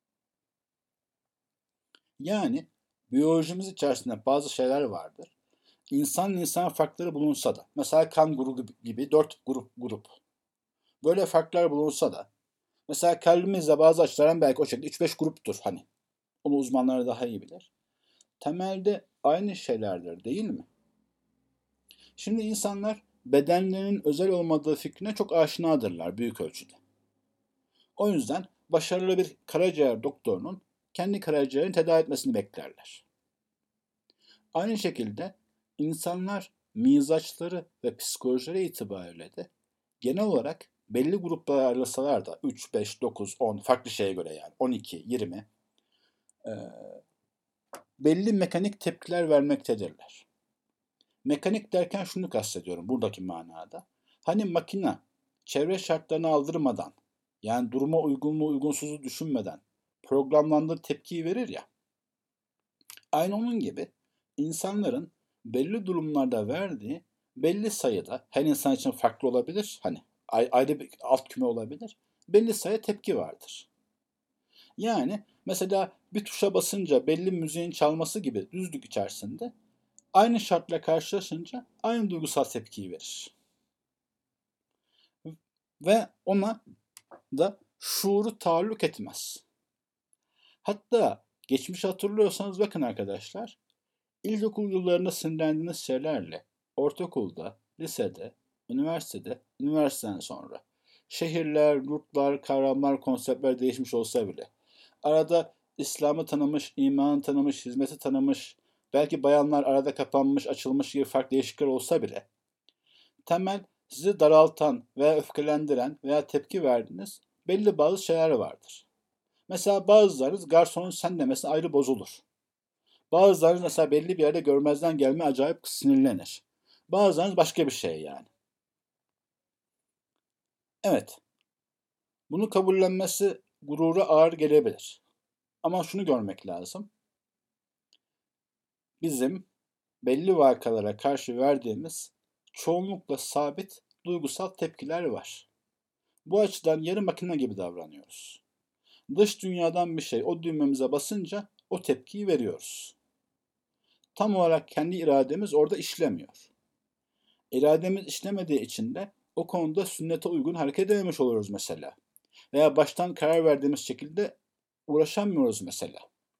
Yani biyolojimiz içerisinde bazı şeyler vardır. İnsan insan farkları bulunsa da, mesela kan grubu gibi dört grup grup. Böyle farklar bulunsa da, mesela kalbimizde bazı açılardan belki o şekilde üç beş gruptur hani. Onu uzmanlar daha iyi bilir. Temelde aynı şeylerdir değil mi? Şimdi insanlar bedenlerinin özel olmadığı fikrine çok aşinadırlar büyük ölçüde. O yüzden başarılı bir karaciğer doktorunun kendi karaciğerini tedavi etmesini beklerler. Aynı şekilde insanlar mizaçları ve psikolojileri itibariyle de genel olarak belli gruplara ayrılsalar da üç, beş, dokuz, on farklı şeye göre yani on iki, yirmi e, belli mekanik tepkiler vermektedirler. Mekanik derken şunu kastediyorum buradaki manada. Hani makine çevre şartlarını aldırmadan, yani duruma uygun mu uygunsuzu düşünmeden programlandığı tepkiyi verir ya. Aynı onun gibi insanların belli durumlarda verdiği belli sayıda, her insan için farklı olabilir, hani ayrı bir alt küme olabilir, belli sayı tepki vardır. Yani mesela bir tuşa basınca belli müziğin çalması gibi düzlük içerisinde aynı şartla karşılaşınca aynı duygusal tepkiyi verir. Ve ona da şuuru taalluk etmez. Hatta geçmişi hatırlıyorsanız bakın arkadaşlar, ilkokul yıllarında sinirlendiğiniz şeylerle ortaokulda, lisede, üniversitede, üniversiteden sonra şehirler, yurtlar, kavramlar, konseptler değişmiş olsa bile arada İslam'ı tanımış, imanı tanımış, hizmeti tanımış, belki bayanlar arada kapanmış, açılmış gibi farklı değişiklikler olsa bile temel sizi daraltan veya öfkelendiren veya tepki verdiğiniz belli bazı şeyler vardır. Mesela bazılarınız garsonun sen demesi ayrı bozulur. Bazılarınız mesela belli bir yerde görmezden gelme acayip sinirlenir. Bazılarınız başka bir şey yani. Evet, bunu kabullenmesi gurura ağır gelebilir. Ama şunu görmek lazım. Bizim belli vakalara karşı verdiğimiz çoğunlukla sabit duygusal tepkiler var. Bu açıdan yarı makine gibi davranıyoruz. Dış dünyadan bir şey o düğmemize basınca o tepkiyi veriyoruz. Tam olarak kendi irademiz orada işlemiyor. İrademiz işlemediği için de o konuda sünnete uygun hareket edememiş oluyoruz mesela. Veya baştan karar verdiğimiz şekilde uğraşamıyoruz mesela.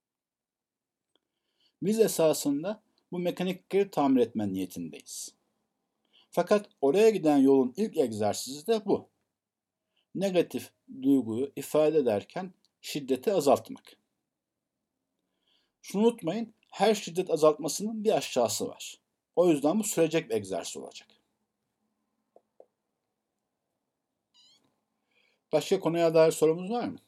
Biz esasında bu mekanikleri tamir etme niyetindeyiz. Fakat oraya giden yolun ilk egzersizi de bu. Negatif duyguyu ifade ederken şiddeti azaltmak. Şunu unutmayın, her şiddet azaltmasının bir aşağısı var. O yüzden bu sürecek bir egzersiz olacak. Başka konuya dair sorumuz var mı?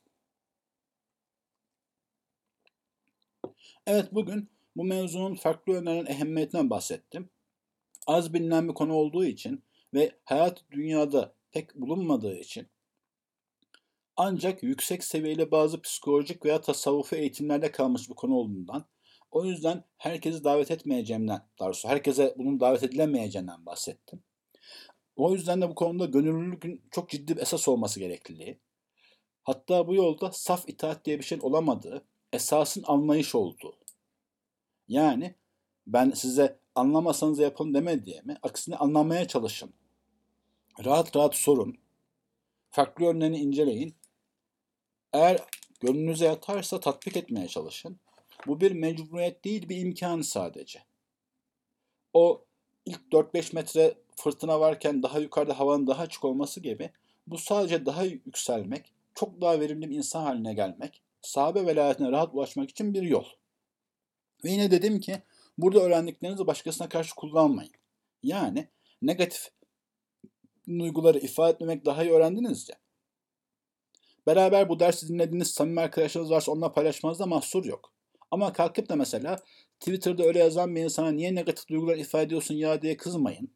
Evet, bugün bu mevzunun farklı yönlerinin ehemmiyetinden bahsettim. Az bilinen bir konu olduğu için ve hayat dünyada pek bulunmadığı için ancak yüksek seviyeli bazı psikolojik veya tasavvufi eğitimlerde kalmış bir konu olduğundan, o yüzden herkesi davet etmeyeceğimden, daha doğrusu herkese bunun davet edilemeyeceğinden bahsettim. O yüzden de bu konuda gönüllülükün çok ciddi bir esas olması gerekliliği, hatta bu yolda saf itaat diye bir şeyin olamadığı, esasın anlayış olduğu. Yani ben size anlamasanız yapın demediğimi, aksine anlamaya çalışın. Rahat rahat sorun. Farklı yönlerini inceleyin. Eğer gönlünüze yatarsa tatbik etmeye çalışın. Bu bir mecburiyet değil, bir imkan sadece. O ilk dört beş metre fırtına varken daha yukarıda havanın daha açık olması gibi bu sadece daha yükselmek, çok daha verimli bir insan haline gelmek, sahabe velayetine rahat ulaşmak için bir yol. Ve yine dedim ki burada öğrendiklerinizi başkasına karşı kullanmayın. Yani negatif duyguları ifade etmemek daha iyi öğrendiniz ya. Beraber bu dersi dinlediğiniz samimi arkadaşlarınız varsa onunla paylaşmanızda mahsur yok. Ama kalkıp da mesela Twitter'da öyle yazan bir insana niye negatif duygular ifade ediyorsun ya diye kızmayın.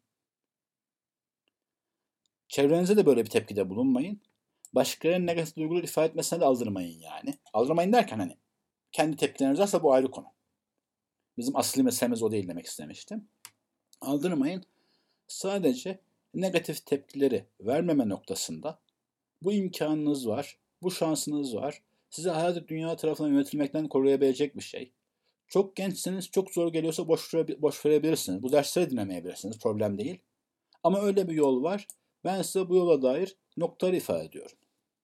Çevrenize de böyle bir tepkide bulunmayın. Başkalarının negatif duygular ifade etmesine de aldırmayın yani. Aldırmayın derken hani kendi tepkileriniz varsa bu ayrı konu. Bizim asli meselemiz o değil demek istemiştim. Aldırmayın. Sadece negatif tepkileri vermeme noktasında bu imkanınız var, bu şansınız var. Sizi hayat dünya tarafından yönetilmekten koruyabilecek bir şey. Çok gençseniz, çok zor geliyorsa boş, boş verebilirsiniz. Bu dersleri dinlemeyebilirsiniz, problem değil. Ama öyle bir yol var. Ben size bu yola dair noktaları ifade ediyorum.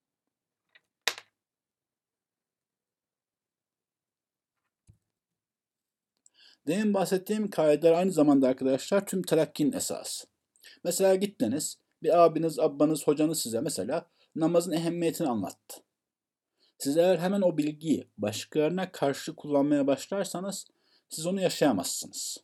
Demin bahsettiğim kaideler aynı zamanda arkadaşlar tüm telakkinin esası. Mesela gittiniz, bir abiniz, abbanız, hocanız size mesela namazın ehemmiyetini anlattı. Siz eğer hemen o bilgiyi başkalarına karşı kullanmaya başlarsanız siz onu yaşayamazsınız.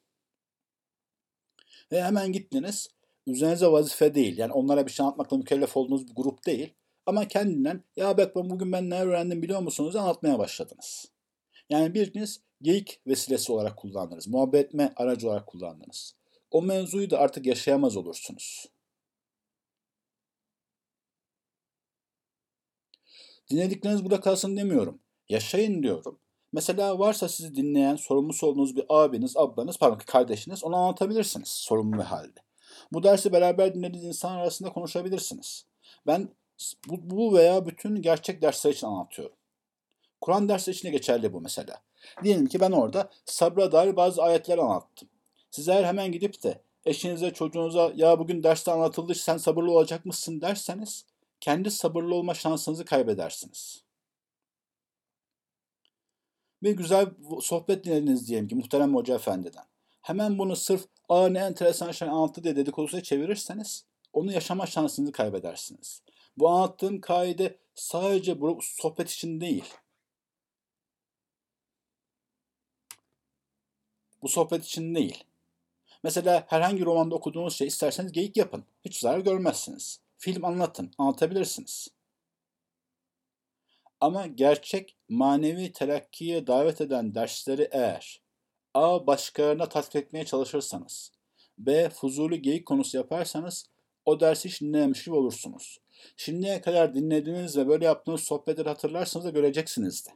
Ve hemen gittiniz, üzerinize vazife değil, yani onlara bir şey anlatmakla mükellef olduğunuz bir grup değil. Ama kendinden, ya bak ben bugün ben ne öğrendim biliyor musunuz anlatmaya başladınız. Yani biriniz geyik vesilesi olarak kullandınız, muhabbet etme aracı olarak kullandınız. O mevzuyu da artık yaşayamaz olursunuz. Dinledikleriniz burada kalsın demiyorum. Yaşayın diyorum. Mesela varsa sizi dinleyen, sorumlusu olduğunuz bir abiniz, ablanız, pardon kardeşiniz, onu anlatabilirsiniz sorumlu bir halde. Bu dersi beraber dinlediğiniz insan arasında konuşabilirsiniz. Ben bu, bu veya bütün gerçek dersler için anlatıyorum. Kur'an dersleri için de geçerli bu mesela. Diyelim ki ben orada sabra dair bazı ayetler anlattım. Siz eğer hemen gidip de eşinize, çocuğunuza ya bugün derste anlatıldı sen sabırlı olacak mısın derseniz kendi sabırlı olma şansınızı kaybedersiniz. Bir güzel sohbet dinlediniz diyelim ki muhterem hoca efendiden. Hemen bunu sırf aa ne enteresan şey anlattı diye dedikodusuna çevirirseniz onu yaşama şansınızı kaybedersiniz. Bu anlattığım kaide sadece bu sohbet için değil. Bu sohbet için değil. Mesela herhangi romanda okuduğunuz şey isterseniz geyik yapın. Hiç zarar görmezsiniz. Film anlatın, anlatabilirsiniz. Ama gerçek manevi telakkiye davet eden dersleri eğer A. Başkalarına tatbik etmeye çalışırsanız, B. Fuzuli geyik konusu yaparsanız o dersi hiç dinlememiş gibi olursunuz. Şimdiye kadar dinlediğiniz ve böyle yaptığınız sohbetleri hatırlarsanız da göreceksiniz de.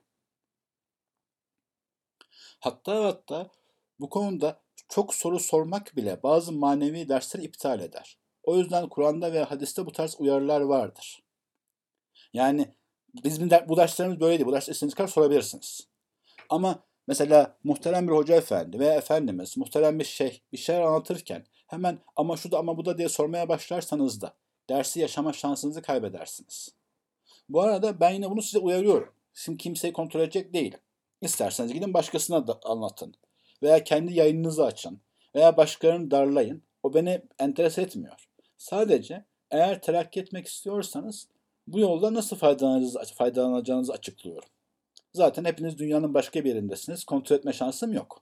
Hatta hatta bu konuda çok soru sormak bile bazı manevi dersleri iptal eder. O yüzden Kur'an'da ve hadiste bu tarz uyarılar vardır. Yani bizim de, bu derslerimiz böyleydi. Bu dersleri istediğiniz kadar sorabilirsiniz. Ama mesela muhterem bir hoca efendi veya efendimiz muhterem bir şey bir şeyler anlatırken hemen ama şu da ama bu da diye sormaya başlarsanız da dersi yaşama şansınızı kaybedersiniz. Bu arada ben yine bunu size uyarıyorum. Şimdi kimseyi kontrol edecek değilim. İsterseniz gidin başkasına da anlatın. Veya kendi yayınınızı açın. Veya başkalarını darlayın. O beni enteres etmiyor. Sadece eğer terakki etmek istiyorsanız bu yolda nasıl faydalanacağınızı, faydalanacağınızı açıklıyorum. Zaten hepiniz dünyanın başka bir yerindesiniz. Kontrol etme şansım yok.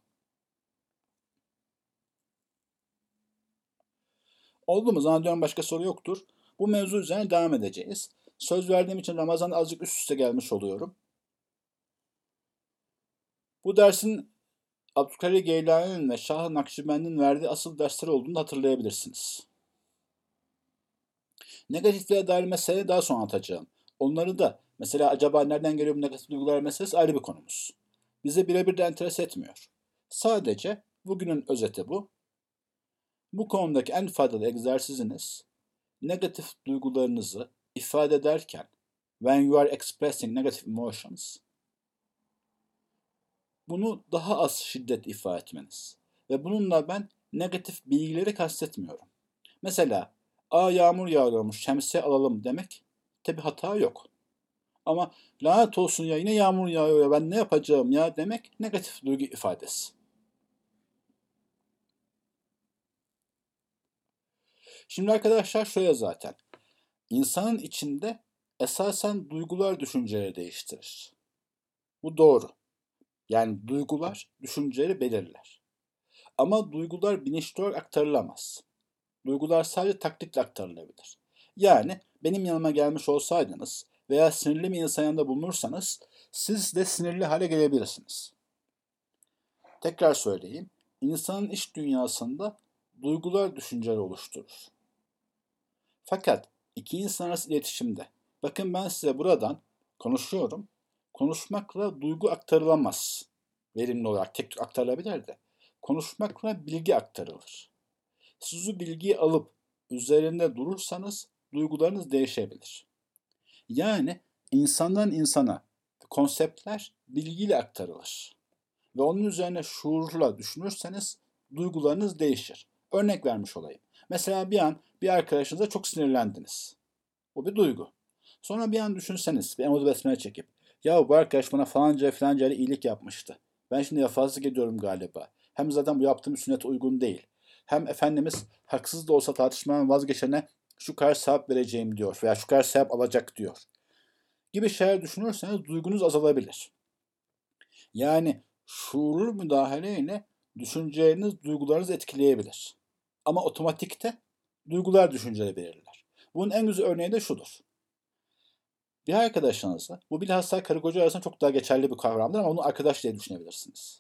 Oldu mu? Zannediyorum başka soru yoktur. Bu mevzu üzerine devam edeceğiz. Söz verdiğim için Ramazan azıcık üst üste gelmiş oluyorum. Bu dersin Abdülkadir Geylani'nin ve Şah-ı Nakşibend'in verdiği asıl dersler olduğunu hatırlayabilirsiniz. Negatifliğe dair mesele daha sonra anlatacağım. Onları da mesela acaba nereden geliyor bu negatif duygular meselesi ayrı bir konumuz. Bize birebir de enteres etmiyor. Sadece bugünün özeti bu. Bu konudaki en faydalı egzersiziniz negatif duygularınızı ifade ederken when you are expressing negative emotions bunu daha az şiddet ifade etmeniz. Ve bununla ben negatif bilgileri kastetmiyorum. Mesela aa yağmur yağıyormuş şemsiye alalım demek tabi hata yok. Ama lanet olsun ya yine yağmur yağıyor ya ben ne yapacağım ya demek negatif duygu ifadesi. Şimdi arkadaşlar şöyle zaten. İnsanın içinde esasen duygular düşünceleri değiştirir. Bu doğru. Yani duygular düşünceleri belirler. Ama duygular bilinçli olarak aktarılamaz. Duygular sadece taklitle aktarılabilir. Yani benim yanıma gelmiş olsaydınız veya sinirli bir insan yanında bulunursanız siz de sinirli hale gelebilirsiniz. Tekrar söyleyeyim. İnsanın iç dünyasında duygular düşünceleri oluşturur. Fakat iki insan arası iletişimde, bakın ben size buradan konuşuyorum, konuşmakla duygu aktarılamaz. Verimli olarak tek tük aktarılabilir de. Konuşmakla bilgi aktarılır. Siz o bilgiyi alıp üzerinde durursanız duygularınız değişebilir. Yani insandan insana konseptler bilgiyle aktarılır. Ve onun üzerine şuurla düşünürseniz duygularınız değişir. Örnek vermiş olayım. Mesela bir an bir arkadaşınıza çok sinirlendiniz. O bir duygu. Sonra bir an düşünseniz, bir emoji besmele çekip, ya bu arkadaş bana falanca falanca ile iyilik yapmıştı. Ben şimdi vefasızlık ediyorum galiba. Hem zaten bu yaptığım sünnete uygun değil. Hem Efendimiz haksız da olsa tartışmadan vazgeçene şu kadar sevap vereceğim diyor veya şu kadar sevap alacak diyor. Gibi şeyler düşünürseniz duygunuz azalabilir. Yani şuurlu müdahaleyle düşünceleriniz duygularınızı etkileyebilir. Ama otomatikte duygular düşünceleri belirler. Bunun en güzel örneği de şudur. Bir arkadaşınızla, bu bilhassa karı koca arasında çok daha geçerli bir kavramdır ama onu arkadaş diye düşünebilirsiniz.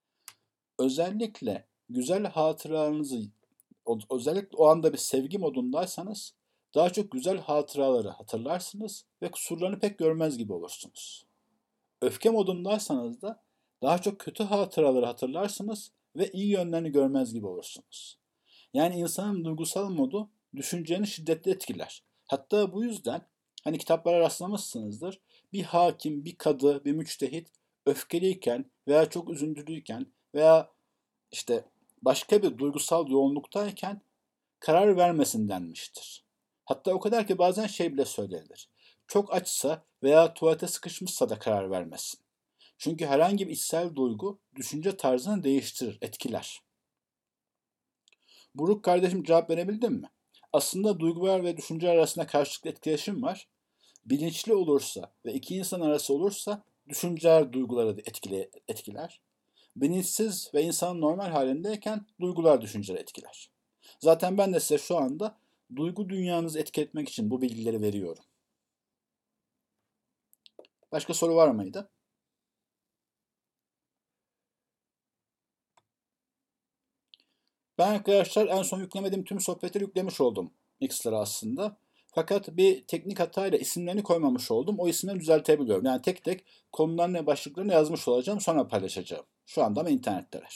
Özellikle güzel hatıralarınızı, özellikle o anda bir sevgi modundaysanız daha çok güzel hatıraları hatırlarsınız ve kusurlarını pek görmez gibi olursunuz. Öfke modundaysanız da daha çok kötü hatıraları hatırlarsınız ve iyi yönlerini görmez gibi olursunuz. Yani insanın duygusal modu düşünceni şiddetle etkiler. Hatta bu yüzden hani kitaplara rastlamışsınızdır. Bir hakim, bir kadı, bir müçtehit öfkeliyken veya çok üzüntülüyken veya işte başka bir duygusal yoğunluktayken karar vermesin denmiştir. Hatta o kadar ki bazen şey bile söylenir. Çok açsa veya tuvalete sıkışmışsa da karar vermesin. Çünkü herhangi bir içsel duygu düşünce tarzını değiştirir, etkiler. Buruk kardeşim cevap verebildim mi? Aslında duygular ve düşünceler arasında karşılıklı etkileşim var. Bilinçli olursa ve iki insan arası olursa düşünceler duyguları etkile, etkiler. Bilinçsiz ve insanın normal halindeyken duygular düşünceleri etkiler. Zaten ben de size şu anda duygu dünyanızı etki etmek için bu bilgileri veriyorum. Başka soru var mıydı? Ben arkadaşlar en son yüklemediğim tüm sohbetleri yüklemiş oldum X'lere aslında. Fakat bir teknik hatayla isimlerini koymamış oldum. O isimleri düzeltebiliyorum. Yani tek tek konularını ve başlıklarını yazmış olacağım. Sonra paylaşacağım. Şu anda ama internetteler.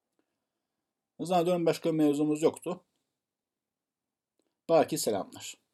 Zannediyorum başka bir mevzumuz yoktu. Baki selamlar.